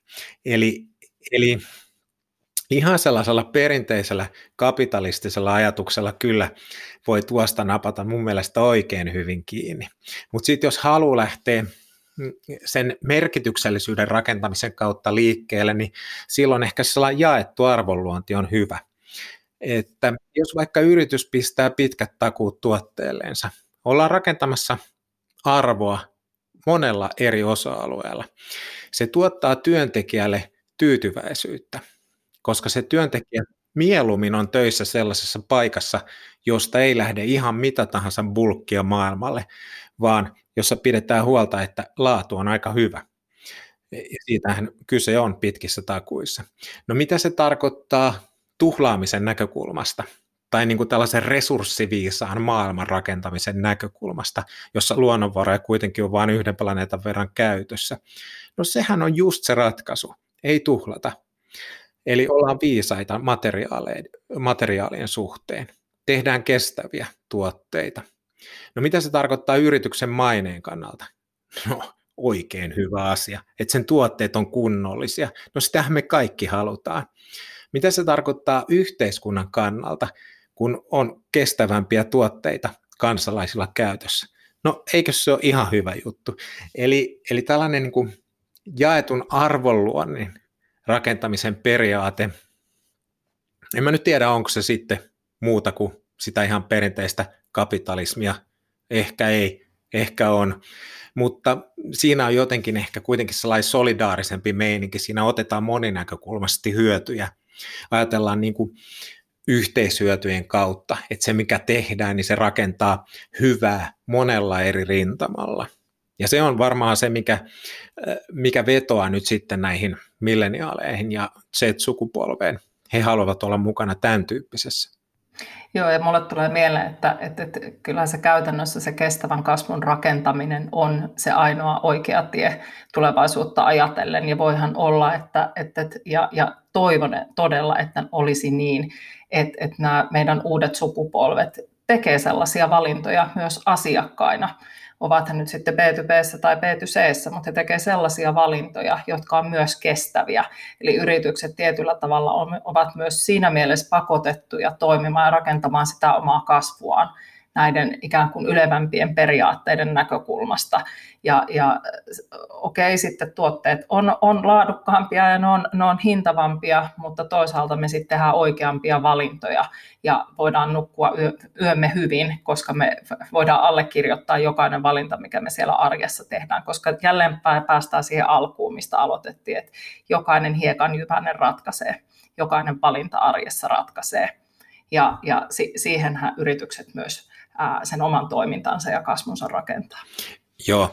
Eli ihan sellaisella perinteisellä kapitalistisella ajatuksella kyllä voi tuosta napata mun mielestä oikein hyvin kiinni. Mutta sitten jos haluaa lähteä sen merkityksellisyyden rakentamisen kautta liikkeelle, niin silloin ehkä sellainen jaettu arvonluonti on hyvä. Että jos vaikka yritys pistää pitkät takuut tuotteelleensa, ollaan rakentamassa arvoa monella eri osa-alueella. Se tuottaa työntekijälle tyytyväisyyttä, koska se työntekijä mieluummin on töissä sellaisessa paikassa, josta ei lähde ihan mitä tahansa bulkkia maailmalle, vaan jossa pidetään huolta, että laatu on aika hyvä. Siitähän kyse on pitkissä takuissa. No mitä se tarkoittaa tuhlaamisen näkökulmasta tai niin kuin tällaisen resurssiviisaan maailman rakentamisen näkökulmasta, jossa luonnonvaroja kuitenkin on vain 1 planeetan verran käytössä? No sehän on just se ratkaisu, ei tuhlata. Eli ollaan viisaita materiaalien suhteen, tehdään kestäviä tuotteita. No mitä se tarkoittaa yrityksen maineen kannalta? No oikein hyvä asia, että sen tuotteet on kunnollisia. No sitähän me kaikki halutaan. Mitä se tarkoittaa yhteiskunnan kannalta, kun on kestävämpiä tuotteita kansalaisilla käytössä? No eikö se ole ihan hyvä juttu? Eli tällainen niin kuin jaetun arvonluonnin rakentamisen periaate, en mä nyt tiedä, onko se sitten muuta kuin sitä ihan perinteistä kapitalismia, ehkä ei, ehkä on, mutta siinä on jotenkin ehkä kuitenkin sellainen solidaarisempi meininki, siinä otetaan moninäkökulmasti hyötyjä, ajatellaan niin kuin yhteishyötyjen kautta, että se mikä tehdään, niin se rakentaa hyvää monella eri rintamalla. Ja se on varmaan se, mikä vetoaa nyt sitten näihin milleniaaleihin ja Z-sukupolveen. He haluavat olla mukana tämän tyyppisessä. Joo, ja mulle tulee mieleen, että kyllähän se käytännössä se kestävän kasvun rakentaminen on se ainoa oikea tie tulevaisuutta ajatellen, ja voihan olla, ja toivon todella, että olisi niin, että nämä meidän uudet sukupolvet tekee sellaisia valintoja myös asiakkaina, ovat he nyt sitten B2B:ssä tai B2C:ssä, mutta he tekevät sellaisia valintoja, jotka on myös kestäviä. Eli yritykset tietyllä tavalla ovat myös siinä mielessä pakotettuja toimimaan ja rakentamaan sitä omaa kasvuaan näiden ikään kuin ylevämpien periaatteiden näkökulmasta. Ja okei, sitten tuotteet on laadukkaampia ja ne on hintavampia, mutta toisaalta me sitten tehdään oikeampia valintoja ja voidaan nukkua yömme hyvin, koska me voidaan allekirjoittaa jokainen valinta, mikä me siellä arjessa tehdään, koska jälleen päästään siihen alkuun, mistä aloitettiin, että jokainen hiekanjyväinen ratkaisee, jokainen valinta arjessa ratkaisee. Ja siihenhän yritykset myös sen oman toimintansa ja kasvunsa rakentaa. Joo,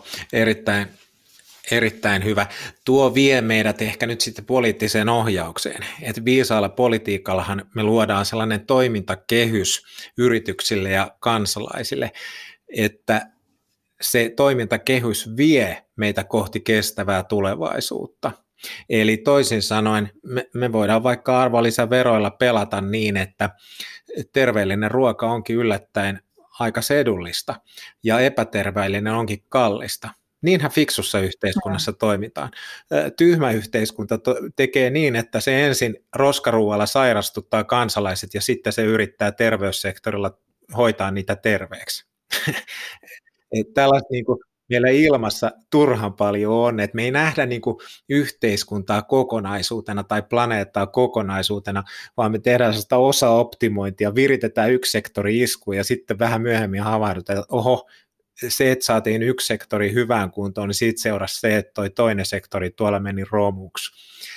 erittäin hyvä. Tuo vie meidät ehkä nyt sitten poliittiseen ohjaukseen. Että viisaalla politiikallahan me luodaan sellainen toimintakehys yrityksille ja kansalaisille, että se toimintakehys vie meitä kohti kestävää tulevaisuutta. Eli toisin sanoen me voidaan vaikka arvonlisäveroilla pelata niin, että terveellinen ruoka onkin yllättäen aika edullista ja epäterveellinen onkin kallista. Niinhän fiksussa yhteiskunnassa toimitaan. Tyhmä yhteiskunta tekee niin, että se ensin roskaruualla sairastuttaa kansalaiset ja sitten se yrittää terveyssektorilla hoitaa niitä terveeksi. Tällaista niin kuin meillä ilmassa turhan paljon on, että me ei nähdä niin kuin yhteiskuntaa kokonaisuutena tai planeettaa kokonaisuutena, vaan me tehdään sellaista osaoptimointia, viritetään yksi sektori iskuun ja sitten vähän myöhemmin havahdutaan, että oho, se, että saatiin yksi sektori hyvään kuntoon, niin siitä seurasi se, että toi toinen sektori tuolla meni romuksi.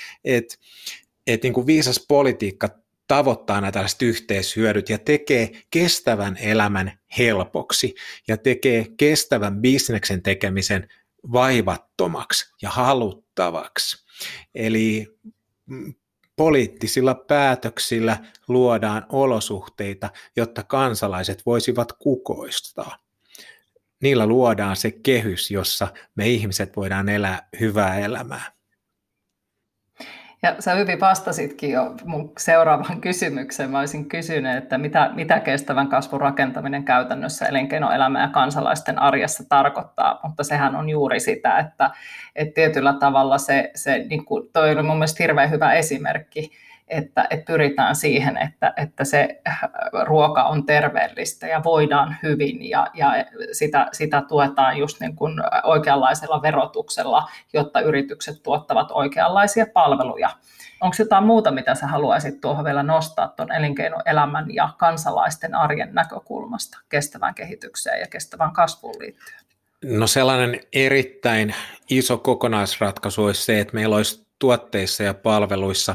Et niin kuin viisas politiikka tavoittaa nämä tällaiset yhteishyödyt ja tekee kestävän elämän helpoksi ja tekee kestävän bisneksen tekemisen vaivattomaksi ja haluttavaksi. Eli poliittisilla päätöksillä luodaan olosuhteita, jotta kansalaiset voisivat kukoistaa. Niillä luodaan se kehys, jossa me ihmiset voidaan elää hyvää elämää. Ja sä hyvin vastasitkin jo mun seuraavaan kysymykseen. Mä olisin kysynyt, että mitä kestävän kasvun rakentaminen käytännössä elinkeinoelämän ja kansalaisten arjessa tarkoittaa, mutta sehän on juuri sitä, että tietyllä tavalla se niin kuin toi oli mun mielestä hirveän hyvä esimerkki, että pyritään siihen, että se ruoka on terveellistä ja voidaan hyvin ja sitä tuetaan just niin kuin oikeanlaisella verotuksella, jotta yritykset tuottavat oikeanlaisia palveluja. Onko jotain muuta, mitä sä haluaisit tuohon vielä nostaa tuon elinkeinoelämän ja kansalaisten arjen näkökulmasta kestävään kehitykseen ja kestävään kasvuun liittyen? No sellainen erittäin iso kokonaisratkaisu olisi se, että meillä olisi tuotteissa ja palveluissa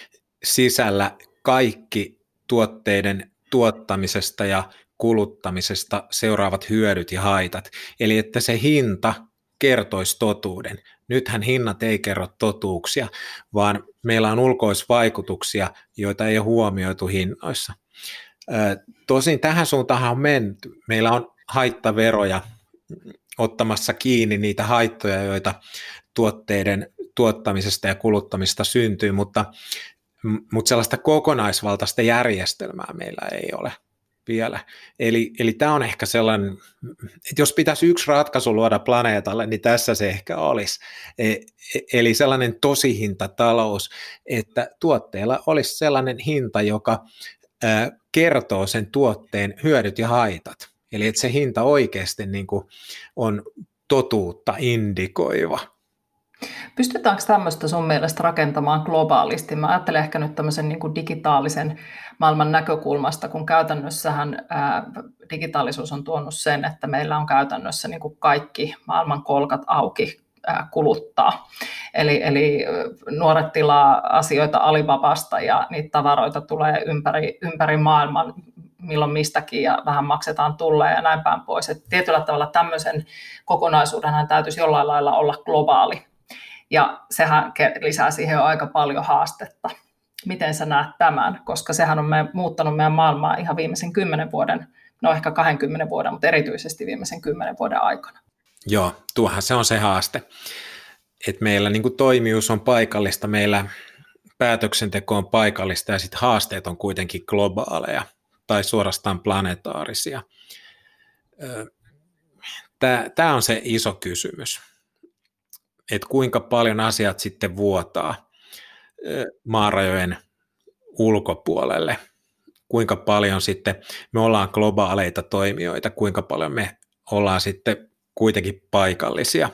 sisällä kaikki tuotteiden tuottamisesta ja kuluttamisesta seuraavat hyödyt ja haitat. Eli että se hinta kertoisi totuuden. Nythän hinnat ei kerro totuuksia, vaan meillä on ulkoisvaikutuksia, joita ei ole huomioitu hinnoissa. Tosin tähän suuntaan on menty. Meillä on haittaveroja ottamassa kiinni niitä haittoja, joita tuotteiden tuottamisesta ja kuluttamisesta syntyy, mutta sellaista kokonaisvaltaista järjestelmää meillä ei ole vielä. Eli tämä on ehkä sellainen, että jos pitäisi yksi ratkaisu luoda planeetalle, niin tässä se ehkä olisi. Eli sellainen tosihintatalous, että tuotteella olisi sellainen hinta, joka kertoo sen tuotteen hyödyt ja haitat. Eli että se hinta oikeasti niin kuin on totuutta indikoiva. Pystytäänkö tämmöistä sun mielestä rakentamaan globaalisti? Mä ajattelen ehkä nyt tämmöisen niin kuin digitaalisen maailman näkökulmasta, kun käytännössähän digitaalisuus on tuonut sen, että meillä on käytännössä niin kuin kaikki maailman kolkat auki kuluttaa. Eli nuoret tilaa asioita Alibabasta ja niitä tavaroita tulee ympäri maailman milloin mistäkin ja vähän maksetaan tulleja ja näin päin pois. Et tietyllä tavalla tämmöisen kokonaisuudenhan täytyisi jollain lailla olla globaali. Ja sehän lisää siihen jo aika paljon haastetta. Miten sä näet tämän? Koska sehän on muuttanut meidän maailmaa ihan viimeisen 10 vuoden, no ehkä 20 vuoden, mutta erityisesti viimeisen 10 vuoden aikana. Joo, tuohan se on se haaste, että meillä niin kuin toimijuus on paikallista, meillä päätöksenteko on paikallista ja sitten haasteet on kuitenkin globaaleja tai suorastaan planetaarisia. Tämä on se iso kysymys, että kuinka paljon asiat sitten vuotaa maarajojen ulkopuolelle, kuinka paljon sitten me ollaan globaaleita toimijoita, kuinka paljon me ollaan sitten kuitenkin paikallisia.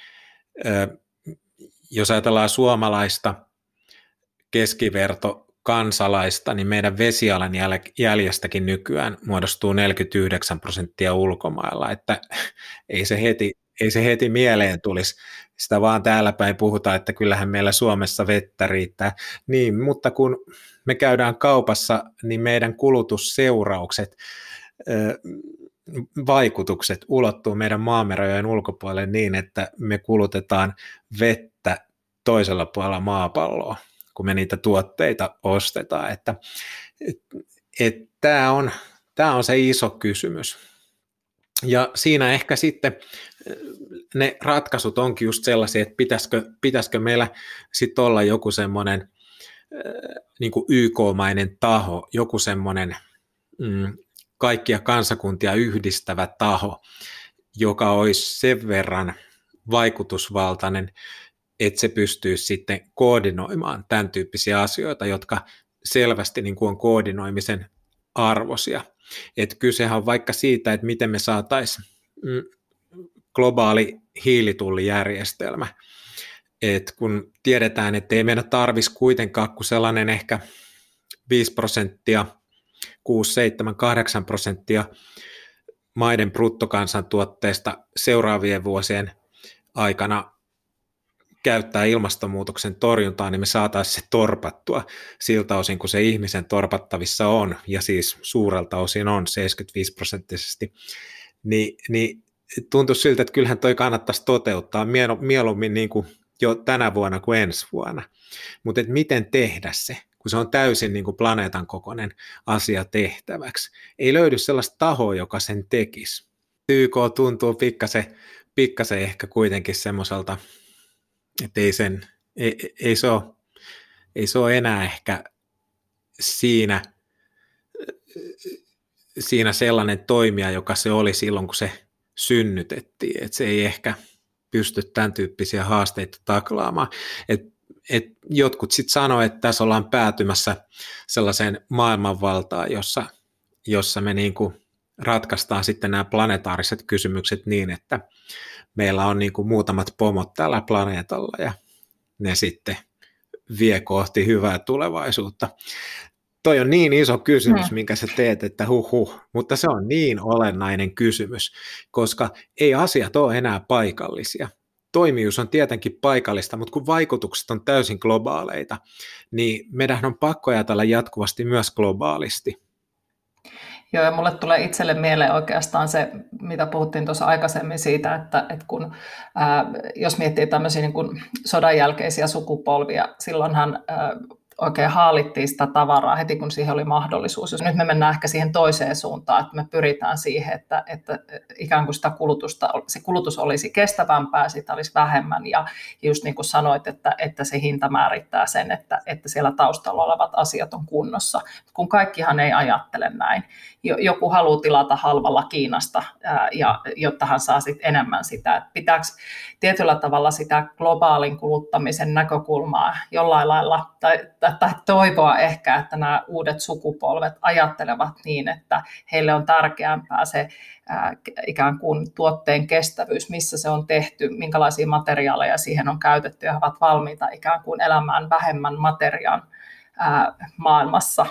Jos ajatellaan suomalaista keskiverto kansalaista, niin meidän vesialan jäljestäkin nykyään muodostuu 49% ulkomailla, että ei se heti mieleen tulisi. Sitä vaan täällä päin puhutaan, että kyllähän meillä Suomessa vettä riittää. Niin, mutta kun me käydään kaupassa, niin meidän kulutusseuraukset, vaikutukset ulottuu meidän maamerrajojen ulkopuolelle niin, että me kulutetaan vettä toisella puolella maapalloa, kun me niitä tuotteita ostetaan. Että tämä on se iso kysymys. Ja siinä ehkä sitten ne ratkaisut onkin just sellaisia, että pitäisikö meillä sitten olla joku semmoinen niin kuin YK-mainen taho, joku semmoinen kaikkia kansakuntia yhdistävä taho, joka olisi sen verran vaikutusvaltainen, että se pystyy sitten koordinoimaan tämän tyyppisiä asioita, jotka selvästi niin kuin on koordinoimisen arvoisia. Että kysehän on vaikka siitä, että miten me saataisiin globaali hiilitullijärjestelmä. Et kun tiedetään, että ei meidän tarvitsisi kuitenkaan kuin sellainen ehkä 5%, 6, 7, 8% maiden bruttokansantuotteesta seuraavien vuosien aikana käyttää ilmastonmuutoksen torjuntaan, niin me saataisiin se torpattua siltä osin, kun se ihmisen torpattavissa on, ja siis suurelta osin on 75%, niin tuntuisi siltä, että kyllähän toi kannattaisi toteuttaa mieluummin niin kuin jo tänä vuonna kuin ensi vuonna. Mutta miten tehdä se, kun se on täysin niin kuin planeetan kokoinen asia tehtäväksi. Ei löydy sellaista tahoa, joka sen tekisi. YK tuntuu pikkasen ehkä kuitenkin semmoiselta, että ei se ole enää ehkä siinä sellainen toimija, joka se oli silloin, kun se synnytettiin, että se ei ehkä pysty tämän tyyppisiä haasteita taklaamaan. Et jotkut sitten sanoo, että tässä ollaan päätymässä sellaiseen maailmanvaltaan, jossa me niinku ratkaistaan sitten nämä planetaariset kysymykset niin, että meillä on niinku muutamat pomot tällä planeetalla ja ne sitten vie kohti hyvää tulevaisuutta. Toi on niin iso kysymys, minkä sä teet, että mutta se on niin olennainen kysymys, koska ei asiat ole enää paikallisia. Toimijuus on tietenkin paikallista, mutta kun vaikutukset on täysin globaaleita, niin meidän on pakko ajatella jatkuvasti myös globaalisti. Joo, ja mulle tulee itselle mieleen oikeastaan se, mitä puhuttiin tuossa aikaisemmin siitä, että kun jos miettii tämmöisiä niin kuin sodan jälkeisiä sukupolvia, silloinhan oikein haalittiin sitä tavaraa heti, kun siihen oli mahdollisuus. Nyt me mennään ehkä siihen toiseen suuntaan, että me pyritään siihen, että ikään kuin se kulutus olisi kestävämpää, sitä olisi vähemmän, ja just niin kuin sanoit, että se hinta määrittää sen, että siellä taustalla olevat asiat on kunnossa. Kun kaikkihan ei ajattele näin. Joku haluaa tilata halvalla Kiinasta, jotta hän saa sitten enemmän sitä. Että pitääkö tietyllä tavalla sitä globaalin kuluttamisen näkökulmaa jollain lailla, tai toivoa ehkä, että nämä uudet sukupolvet ajattelevat niin, että heille on tärkeämpää se ikään kuin tuotteen kestävyys, missä se on tehty, minkälaisia materiaaleja siihen on käytetty, ja he ovat valmiita ikään kuin elämään vähemmän materiaan maailmassa,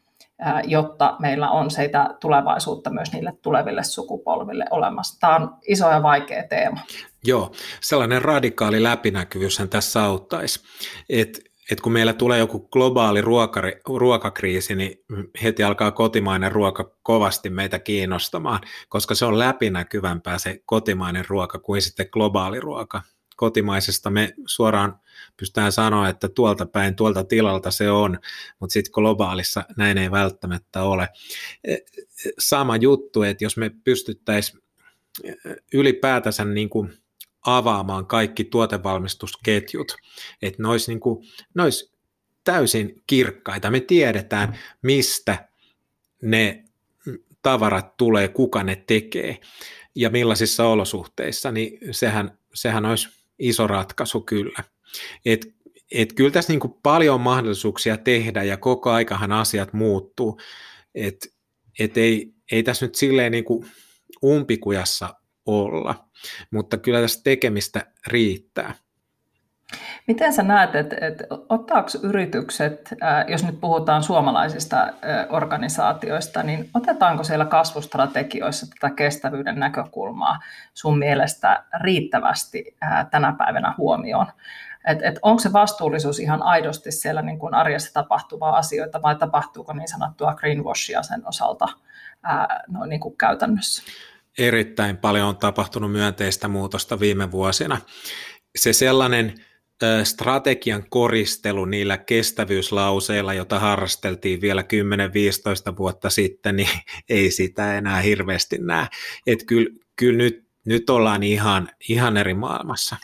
jotta meillä on sitä tulevaisuutta myös niille tuleville sukupolville olemassa. Tämä on iso ja vaikea teema. Joo, sellainen radikaali läpinäkyvyyshän tässä auttaisi, että kun meillä tulee joku globaali ruokakriisi, niin heti alkaa kotimainen ruoka kovasti meitä kiinnostamaan, koska se on läpinäkyvämpää se kotimainen ruoka kuin sitten globaali ruoka. Kotimaisesta me suoraan pystytään sanoa, että tuolta päin, tuolta tilalta se on, mutta sitten globaalissa näin ei välttämättä ole. Sama juttu, että jos me pystyttäisiin ylipäätänsä niin kuin avaamaan kaikki tuotevalmistusketjut, että ne olisi täysin kirkkaita. Me tiedetään, mistä ne tavarat tulee, kuka ne tekee ja millaisissa olosuhteissa, niin sehän olisi iso ratkaisu kyllä. Et kyllä tässä niin kuin paljon mahdollisuuksia tehdä ja koko aikahan asiat muuttuu. Ei tässä nyt silleen niin kuin umpikujassa olla, mutta kyllä tässä tekemistä riittää. Miten sä näet, että ottaako yritykset, jos nyt puhutaan suomalaisista organisaatioista, niin otetaanko siellä kasvustrategioissa tätä kestävyyden näkökulmaa sun mielestä riittävästi tänä päivänä huomioon? Onko se vastuullisuus ihan aidosti siellä niin kuin arjessa tapahtuvaa asioita vai tapahtuuko niin sanottua greenwashia sen osalta niin kuin käytännössä? Erittäin paljon on tapahtunut myönteistä muutosta viime vuosina. Se sellainen strategian koristelu niillä kestävyyslauseilla, jota harrasteltiin vielä 10-15 vuotta sitten, niin ei sitä enää hirveästi näe. Että kyllä nyt ollaan ihan eri maailmassa.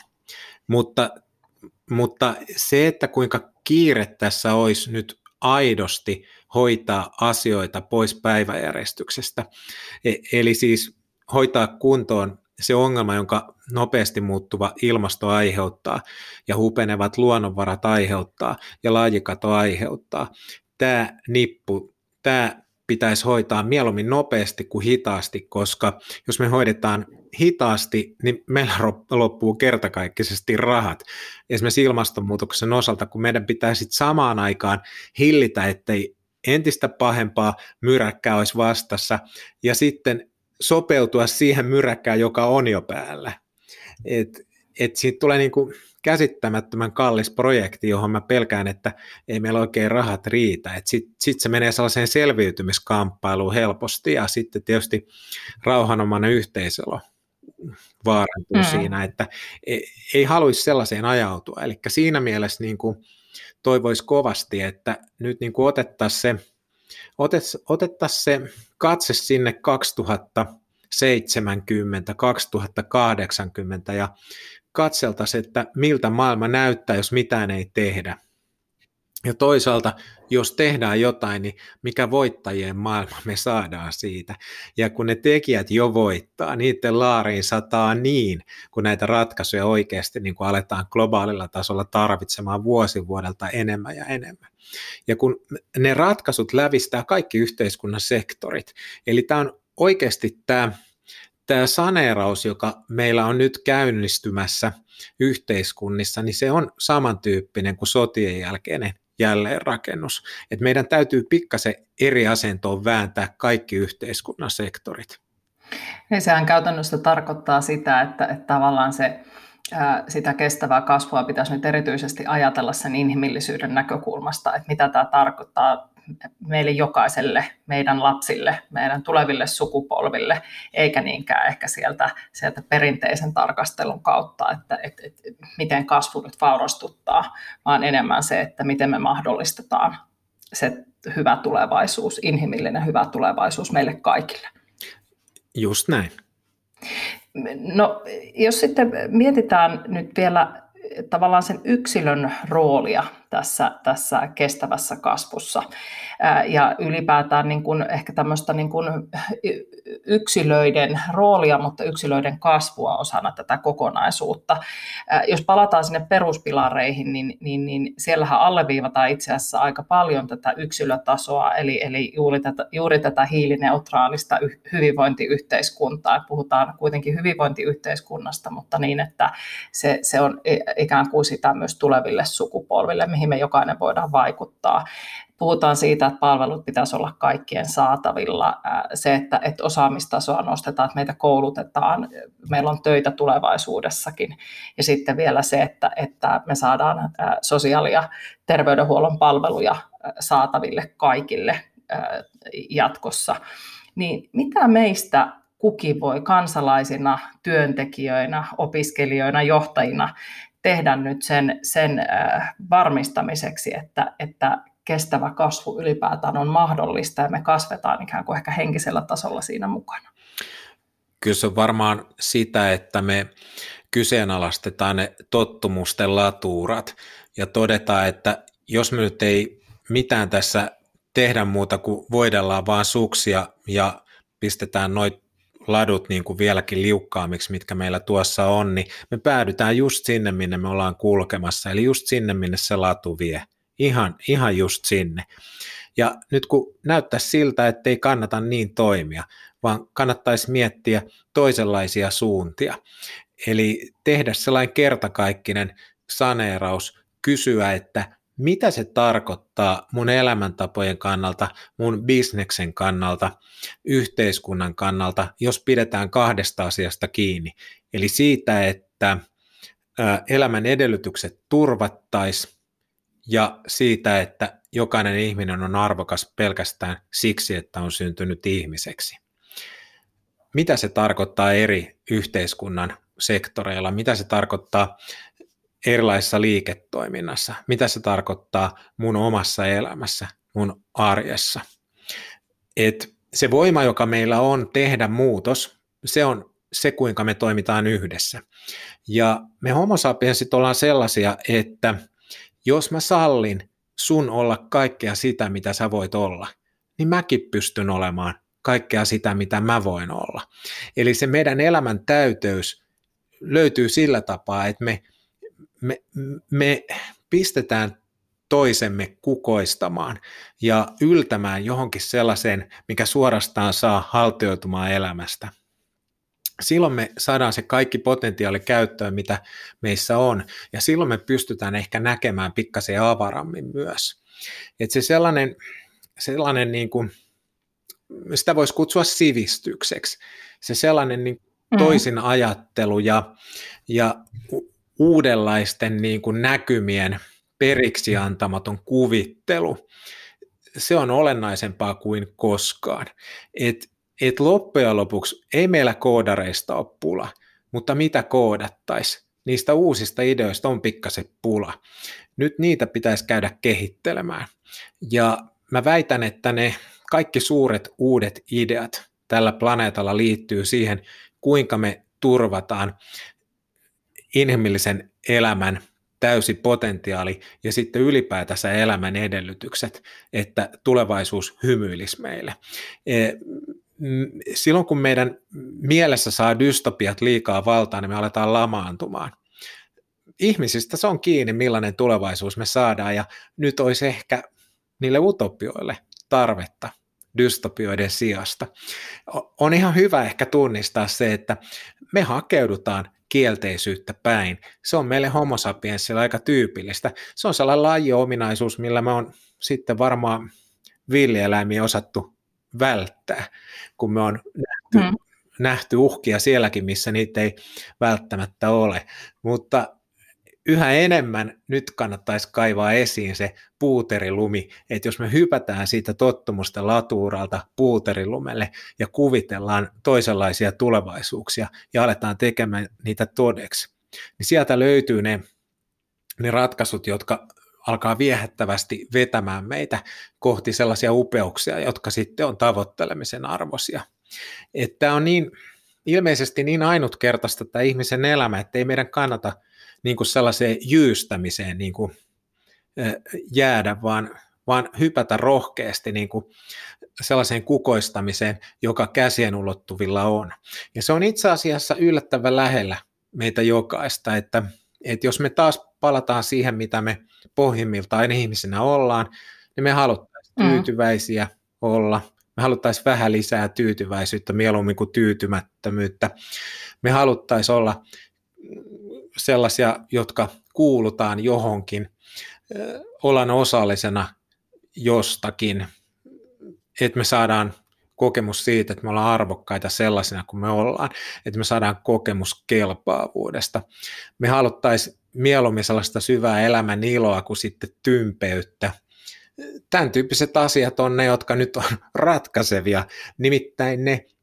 Mutta se, että kuinka kiire tässä olisi nyt aidosti hoitaa asioita pois päiväjärjestyksestä, eli siis hoitaa kuntoon se ongelma, jonka nopeasti muuttuva ilmasto aiheuttaa ja hupenevat luonnonvarat aiheuttaa ja lajikato aiheuttaa. Tämä pitäisi hoitaa mieluummin nopeasti kuin hitaasti, koska jos me hoidetaan hitaasti, niin meillä loppuu kertakaikkisesti rahat. Esimerkiksi ilmastonmuutoksen osalta, kun meidän pitää sitten samaan aikaan hillitä, ettei entistä pahempaa myräkkää olisi vastassa ja sitten sopeutua siihen myräkkään, joka on jo päällä. Et siitä tulee niinku käsittämättömän kallis projekti, johon mä pelkään, että ei meillä oikein rahat riitä. Sitten se menee sellaiseen selviytymiskamppailuun helposti ja sitten tietysti rauhanomainen yhteiselo vaarantuu siinä, että ei haluaisi sellaiseen ajautua. Eli siinä mielessä niinku toivoisi kovasti, että nyt niinku otettaisiin se katse sinne 2070, 2080 ja katseltaisiin, että miltä maailma näyttää, jos mitään ei tehdä. Ja toisaalta, jos tehdään jotain, niin mikä voittajien maailma me saadaan siitä. Ja kun ne tekijät jo voittaa, niiden laariin sataa niin, kun näitä ratkaisuja oikeasti niin kun aletaan globaalilla tasolla tarvitsemaan vuosi vuodelta enemmän ja enemmän. Ja kun ne ratkaisut lävistää kaikki yhteiskunnan sektorit, eli tämä on oikeasti tämä saneeraus, joka meillä on nyt käynnistymässä yhteiskunnissa, niin se on samantyyppinen kuin sotien jälkeinen jälleenrakennus. Et meidän täytyy pikkasen eri asentoon vääntää kaikki yhteiskunnan sektorit. Ja sehän käytännössä tarkoittaa sitä, että tavallaan sitä kestävää kasvua pitäisi nyt erityisesti ajatella sen inhimillisyyden näkökulmasta, että mitä tämä tarkoittaa meille jokaiselle, meidän lapsille, meidän tuleville sukupolville, eikä niinkään ehkä sieltä perinteisen tarkastelun kautta, että miten kasvu nyt vaurastuttaa, vaan enemmän se, että miten me mahdollistetaan se hyvä tulevaisuus, inhimillinen hyvä tulevaisuus meille kaikille. Just näin. No, jos sitten mietitään nyt vielä tavallaan sen yksilön roolia tässä kestävässä kasvussa ja ylipäätään niin kuin ehkä tämmöistä niin kuin yksilöiden roolia, mutta yksilöiden kasvua osana tätä kokonaisuutta. Jos palataan sinne peruspilareihin, niin siellähän alleviivataan itse asiassa aika paljon tätä yksilötasoa, eli juuri tätä hiilineutraalista hyvinvointiyhteiskuntaa. Puhutaan kuitenkin hyvinvointiyhteiskunnasta, mutta niin, että se on ikään kuin sitä myös tuleville sukupolville, mihin me jokainen voidaan vaikuttaa. Puhutaan siitä, että palvelut pitäisi olla kaikkien saatavilla. Se, että osaamistasoa nostetaan, että meitä koulutetaan, meillä on töitä tulevaisuudessakin. Ja sitten vielä se, että me saadaan sosiaali- ja terveydenhuollon palveluja saataville kaikille jatkossa. Niin mitä meistä kukin voi kansalaisina, työntekijöinä, opiskelijoina, johtajina tehdä nyt sen varmistamiseksi, että kestävä kasvu ylipäätään on mahdollista ja me kasvetaan ikään kuin ehkä henkisellä tasolla siinä mukana? Kyllä se on varmaan sitä, että me kyseenalaistetaan ne tottumusten latuurat ja todetaan, että jos me nyt ei mitään tässä tehdä muuta kuin voidellaan vaan suksia ja pistetään noit ladut niin kuin vieläkin liukkaammiksi, mitkä meillä tuossa on, niin me päädytään just sinne, minne me ollaan kulkemassa, eli just sinne, minne se latu vie. Ihan just sinne. Ja nyt kun näyttäisi siltä, että ei kannata niin toimia, vaan kannattaisi miettiä toisenlaisia suuntia. Eli tehdä sellainen kertakaikkinen saneeraus, kysyä, että mitä se tarkoittaa mun elämäntapojen kannalta, mun bisneksen kannalta, yhteiskunnan kannalta, jos pidetään kahdesta asiasta kiinni. Eli siitä, että elämän edellytykset turvattaisiin ja siitä, että jokainen ihminen on arvokas pelkästään siksi, että on syntynyt ihmiseksi. Mitä se tarkoittaa eri yhteiskunnan sektoreilla, mitä se tarkoittaa erilaisessa liiketoiminnassa, mitä se tarkoittaa mun omassa elämässä, mun arjessa. Et se voima, joka meillä on tehdä muutos, se on se, kuinka me toimitaan yhdessä. Ja me homo sapiensit ollaan sellaisia, että jos mä sallin sun olla kaikkea sitä, mitä sä voit olla, niin mäkin pystyn olemaan kaikkea sitä, mitä mä voin olla. Eli se meidän elämän täyteys löytyy sillä tapaa, että me pistetään toisemme kukoistamaan ja yltämään johonkin sellaiseen, mikä suorastaan saa haltioitumaan elämästä. Silloin me saadaan se kaikki potentiaali käyttöön, mitä meissä on, ja silloin me pystytään ehkä näkemään pikkasen avarammin myös. Että se sellainen niin kuin, sitä voisi kutsua sivistykseksi, se sellainen niin toisin ajattelu ja uudenlaisten niin kuin näkymien periksi antamaton kuvittelu, se on olennaisempaa kuin koskaan. Et loppujen lopuksi ei meillä koodareista ole pula, mutta mitä koodattaisiin? Niistä uusista ideoista on pikkasen pula. Nyt niitä pitäisi käydä kehittelemään. Ja mä väitän, että ne kaikki suuret uudet ideat tällä planeetalla liittyy siihen, kuinka me turvataan inhimillisen elämän täysi potentiaali ja sitten ylipäätänsä elämän edellytykset, että tulevaisuus hymyilisi meille. Silloin kun meidän mielessä saa dystopiat liikaa valtaa, niin me aletaan lamaantumaan. Ihmisistä se on kiinni, millainen tulevaisuus me saadaan, ja nyt olisi ehkä niille utopioille tarvetta dystopioiden sijasta. On ihan hyvä ehkä tunnistaa se, että me hakeudutaan kielteisyyttä päin. Se on meille homo sapiensilla aika tyypillistä. Se on sellainen lajiominaisuus, millä me on sitten varmaan villieläimiä osattu välttää, kun me on nähty uhkia sielläkin, missä niitä ei välttämättä ole. Mutta yhä enemmän nyt kannattaisi kaivaa esiin se puuterilumi, että jos me hypätään siitä tottumusten latuuralta puuterilumelle ja kuvitellaan toisenlaisia tulevaisuuksia ja aletaan tekemään niitä todeksi, niin sieltä löytyy ne ratkaisut, jotka alkaa viehättävästi vetämään meitä kohti sellaisia upeuksia, jotka sitten on tavoittelemisen arvoisia. Että on ilmeisesti niin ainutkertaista tämä ihmisen elämä, että ei meidän kannata niin kuin sellaiseen jyystämiseen niin kuin jäädä, vaan hypätä rohkeasti niin kuin sellaiseen kukoistamiseen, joka käsien ulottuvilla on. Ja se on itse asiassa yllättävän lähellä meitä jokaista, että jos me taas palataan siihen, mitä me pohjimmiltaan ihmisinä ollaan, niin me haluttaisiin tyytyväisiä olla, me haluttaisiin vähän lisää tyytyväisyyttä mieluummin kuin tyytymättömyyttä, me haluttaisiin olla sellaisia, jotka kuulutaan johonkin, ollaan osallisena jostakin, että me saadaan kokemus siitä, että me ollaan arvokkaita sellaisena kuin me ollaan, että me saadaan kokemus kelpaavuudesta. Me haluttaisiin mieluummin sellaista syvää elämän iloa kuin sitten tympeyttä. Tämän tyyppiset asiat on ne, jotka nyt on ratkaisevia, nimittäin ne,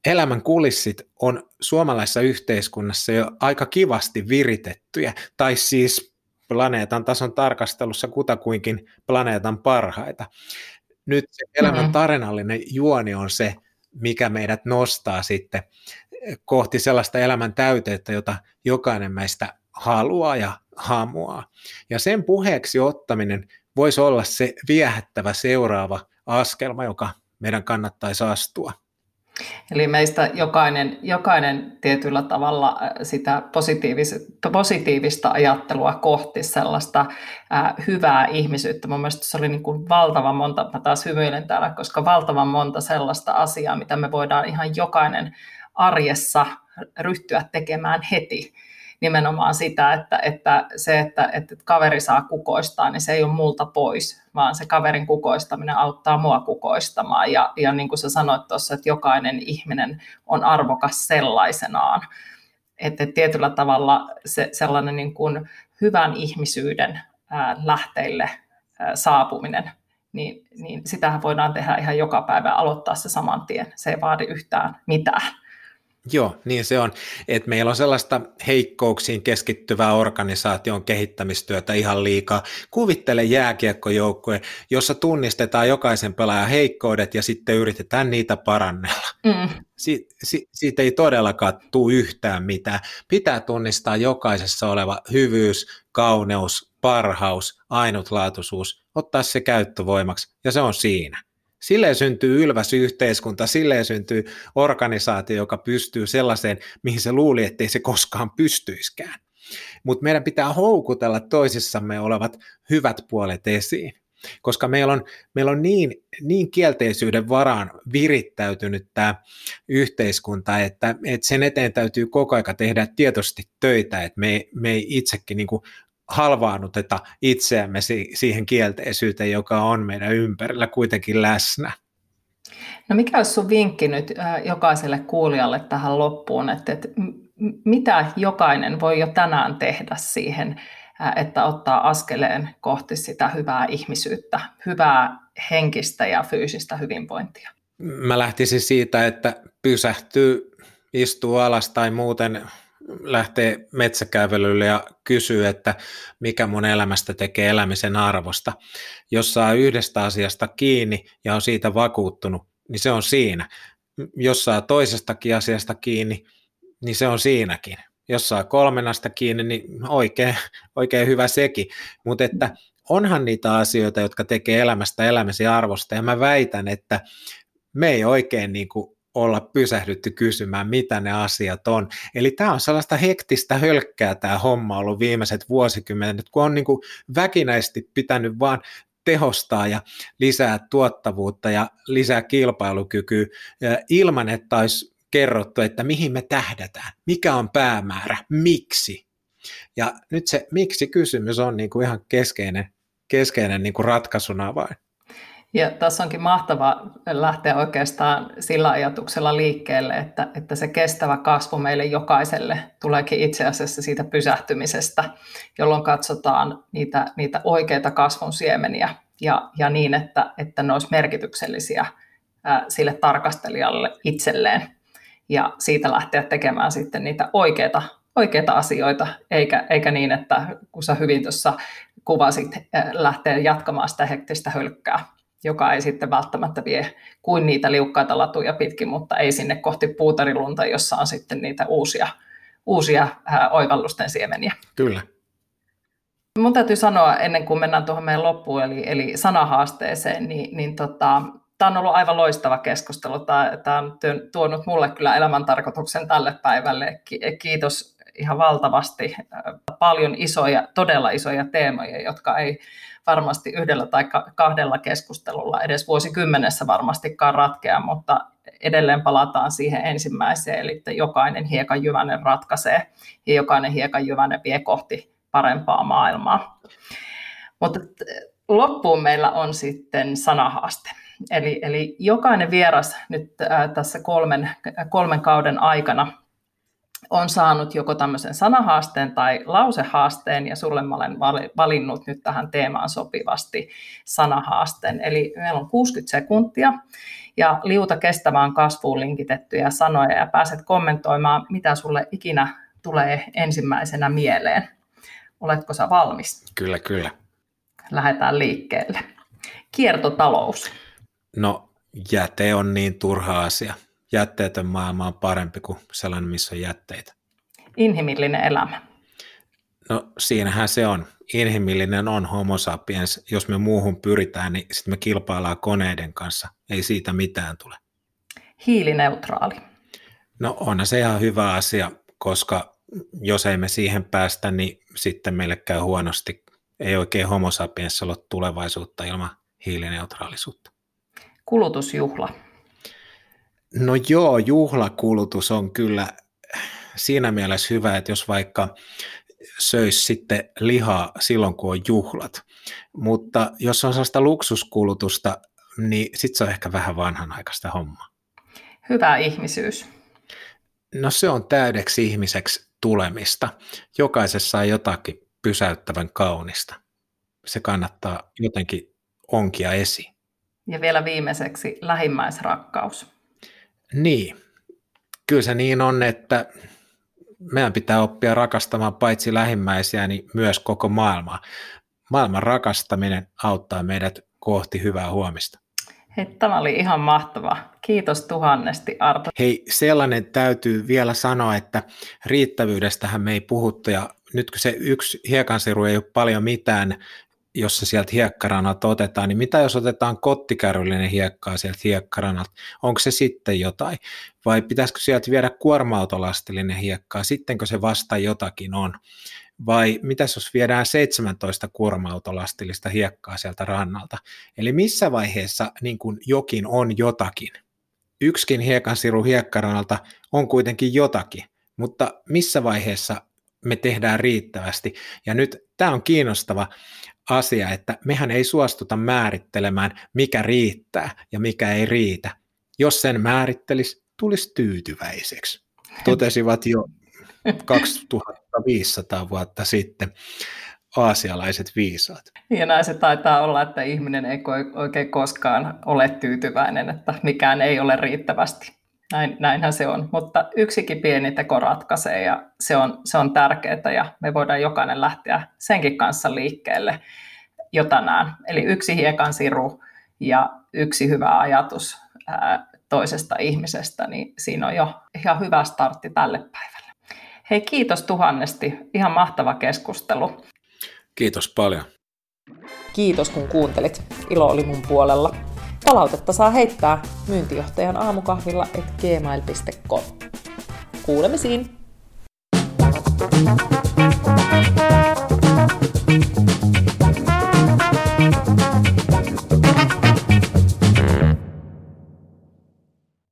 elämän kulissit on suomalaisessa yhteiskunnassa jo aika kivasti viritettyjä, tai siis planeetan tason tarkastelussa kutakuinkin planeetan parhaita. Nyt se elämän tarinallinen juoni on se, mikä meidät nostaa sitten kohti sellaista elämän täyteyttä, jota jokainen meistä haluaa ja hamuaa. Ja sen puheeksi ottaminen voisi olla se viehättävä seuraava askelma, joka meidän kannattaisi astua. Eli meistä jokainen tietyllä tavalla sitä positiivista ajattelua kohti sellaista hyvää ihmisyyttä. Mun mielestä se oli niin kuin valtavan monta, mä taas hymyilen täällä, koska valtavan monta sellaista asiaa, mitä me voidaan ihan jokainen arjessa ryhtyä tekemään heti. Nimenomaan sitä, että kaveri saa kukoistaa, niin se ei ole multa pois, vaan se kaverin kukoistaminen auttaa mua kukoistamaan. Ja niin kuin sä sanoit tuossa, että jokainen ihminen on arvokas sellaisenaan. Että tietyllä tavalla sellainen niin kuin hyvän ihmisyyden lähteille saapuminen, niin sitähän voidaan tehdä ihan joka päivä, aloittaa se saman tien. Se ei vaadi yhtään mitään. Joo, niin se on, että meillä on sellaista heikkouksiin keskittyvää organisaation kehittämistyötä ihan liikaa. Kuvittele jääkiekkojoukkue, jossa tunnistetaan jokaisen pelaajan heikkoudet ja sitten yritetään niitä parannella. Siitä ei todellakaan tule yhtään mitään. Pitää tunnistaa jokaisessa oleva hyvyys, kauneus, parhaus, ainutlaatuisuus, ottaa se käyttövoimaksi ja se on siinä. Silleen syntyy ylväs yhteiskunta, silleen syntyy organisaatio, joka pystyy sellaiseen, mihin se luuli, ettei se koskaan pystyiskään. Mutta meidän pitää houkutella toisissamme olevat hyvät puolet esiin, koska meillä on niin kielteisyyden varaan virittäytynyt tämä yhteiskunta, että sen eteen täytyy koko ajan tehdä tietoisesti töitä, että me ei itsekin niin kuin halvaannuteta itseämme siihen kielteisyyteen, joka on meidän ympärillä kuitenkin läsnä. No mikä olisi sun vinkki nyt jokaiselle kuulijalle tähän loppuun, että mitä jokainen voi jo tänään tehdä siihen, että ottaa askeleen kohti sitä hyvää ihmisyyttä, hyvää henkistä ja fyysistä hyvinvointia? Mä lähtisin siitä, että pysähtyy, istuu alas tai muuten lähtee metsäkävelylle ja kysyy, että mikä mun elämästä tekee elämisen arvosta. Jos saa yhdestä asiasta kiinni ja on siitä vakuuttunut, niin se on siinä. Jos saa toisestakin asiasta kiinni, niin se on siinäkin. Jos saa kolmennasta kiinni, niin oikein hyvä sekin. Mutta että onhan niitä asioita, jotka tekee elämästä elämäsi arvosta, ja mä väitän, että me ei oikein niin kuin olla pysähdytty kysymään, mitä ne asiat on. Eli tämä on sellaista hektistä hölkkää tämä homma ollut viimeiset vuosikymmenet, kun on niin kuin väkinäisesti pitänyt vaan tehostaa ja lisää tuottavuutta ja lisää kilpailukykyä ilman, että olisi kerrottu, että mihin me tähdätään, mikä on päämäärä, miksi. Ja nyt se miksi-kysymys on niin kuin ihan keskeinen niin kuin ratkaisun avain. Ja tässä onkin mahtava lähteä oikeastaan sillä ajatuksella liikkeelle, että se kestävä kasvu meille jokaiselle tuleekin itse asiassa siitä pysähtymisestä, jolloin katsotaan niitä oikeita kasvun siemeniä ja niin, että ne olisi merkityksellisiä sille tarkastelijalle itselleen. Ja siitä lähteä tekemään sitten niitä oikeita asioita, eikä niin, että kun sä hyvin tuossa kuvasit, lähteä jatkamaan sitä hektistä hölkkää, joka ei sitten välttämättä vie kuin niitä liukkaita latuja pitkin, mutta ei sinne kohti puutarilunta, jossa on sitten niitä uusia oivallusten siemeniä. Kyllä. Mun täytyy sanoa, ennen kuin mennään tuohon meidän loppuun, eli sanahaasteeseen, niin tämä on ollut aivan loistava keskustelu. Tämä on tuonut mulle kyllä elämäntarkoituksen tälle päivälle. Kiitos ihan valtavasti. Paljon todella isoja teemoja, jotka ei varmasti yhdellä tai kahdella keskustelulla edes vuosikymmenessä varmastikaan ratkea, mutta edelleen palataan siihen ensimmäiseen, eli että jokainen hiekanjyvänen ratkaisee ja jokainen hiekanjyvänen vie kohti parempaa maailmaa. Mutta loppuun meillä on sitten sanahaaste. Eli jokainen vieras nyt tässä kolmen kauden aikana on saanut joko tämmöisen sanahaasteen tai lausehaasteen, ja sulle mä olen valinnut nyt tähän teemaan sopivasti sanahaasteen. Eli meillä on 60 sekuntia, ja liuta kestävään kasvuun linkitettyjä sanoja, ja pääset kommentoimaan, mitä sulle ikinä tulee ensimmäisenä mieleen. Oletko sä valmis? Kyllä, kyllä. Lähdetään liikkeelle. Kiertotalous. No, jäte on niin turha asia. Jätteetön maailma on parempi kuin sellainen, missä on jätteitä. Inhimillinen elämä. No, siinähän se on. Inhimillinen on homo sapiens. Jos me muuhun pyritään, niin sitten me kilpaillaan koneiden kanssa. Ei siitä mitään tule. Hiilineutraali. No, onhan se ihan hyvä asia, koska jos ei me siihen päästä, niin sitten meille käy huonosti. Ei oikein homo sapiens ole tulevaisuutta ilman hiilineutraalisuutta. Kulutusjuhla. No joo, juhlakulutus on kyllä siinä mielessä hyvä, että jos vaikka söisi sitten lihaa silloin, kun on juhlat. Mutta jos on sellaista luksuskulutusta, niin sitten se on ehkä vähän vanhanaikaista hommaa. Hyvä ihmisyys. No se on täydeksi ihmiseksi tulemista. Jokaisessa on jotakin pysäyttävän kaunista. Se kannattaa jotenkin onkia esiin. Ja vielä viimeiseksi lähimmäisrakkaus. Niin, kyllä se niin on, että meidän pitää oppia rakastamaan paitsi lähimmäisiä, niin myös koko maailmaa. Maailman rakastaminen auttaa meidät kohti hyvää huomista. Hei, tämä oli ihan mahtavaa. Kiitos tuhannesti, Arto. Hei, sellainen täytyy vielä sanoa, että riittävyydestähän me ei puhuttu, ja nyt kun se yksi hiekansiru ei ole paljon mitään, jos se sieltä hiekkaranalta otetaan, niin mitä jos otetaan kottikärryllinen hiekkaa sieltä hiekkaranalta? Onko se sitten jotain? Vai pitäisikö sieltä viedä kuorma-autolastillinen hiekkaa, sittenkö se vasta jotakin on? Vai mitäs jos viedään 17 kuorma-autolastillista hiekkaa sieltä rannalta? Eli missä vaiheessa niin kuin jokin on jotakin? Yksikin hiekansiru hiekkaranalta on kuitenkin jotakin, mutta missä vaiheessa me tehdään riittävästi? Ja nyt tämä on kiinnostava asia, että mehän ei suostuta määrittelemään, mikä riittää ja mikä ei riitä. Jos sen määrittelisi, tulisi tyytyväiseksi. Totesivat jo 2500 vuotta sitten aasialaiset viisaat. Ja näin se taitaa olla, että ihminen ei oikein koskaan ole tyytyväinen, että mikään ei ole riittävästi. Näinhän se on, mutta yksikin pieni teko ratkaisee, ja se on tärkeää, ja me voidaan jokainen lähteä senkin kanssa liikkeelle jo tänään. Eli yksi hiekansiru ja yksi hyvä ajatus toisesta ihmisestä, niin siinä on jo ihan hyvä startti tälle päivälle. Hei, kiitos tuhannesti. Ihan mahtava keskustelu. Kiitos paljon. Kiitos kun kuuntelit. Ilo oli mun puolella. Palautetta saa heittää myyntijohtajan aamukahvilla@gmail.com. Kuulemisiin!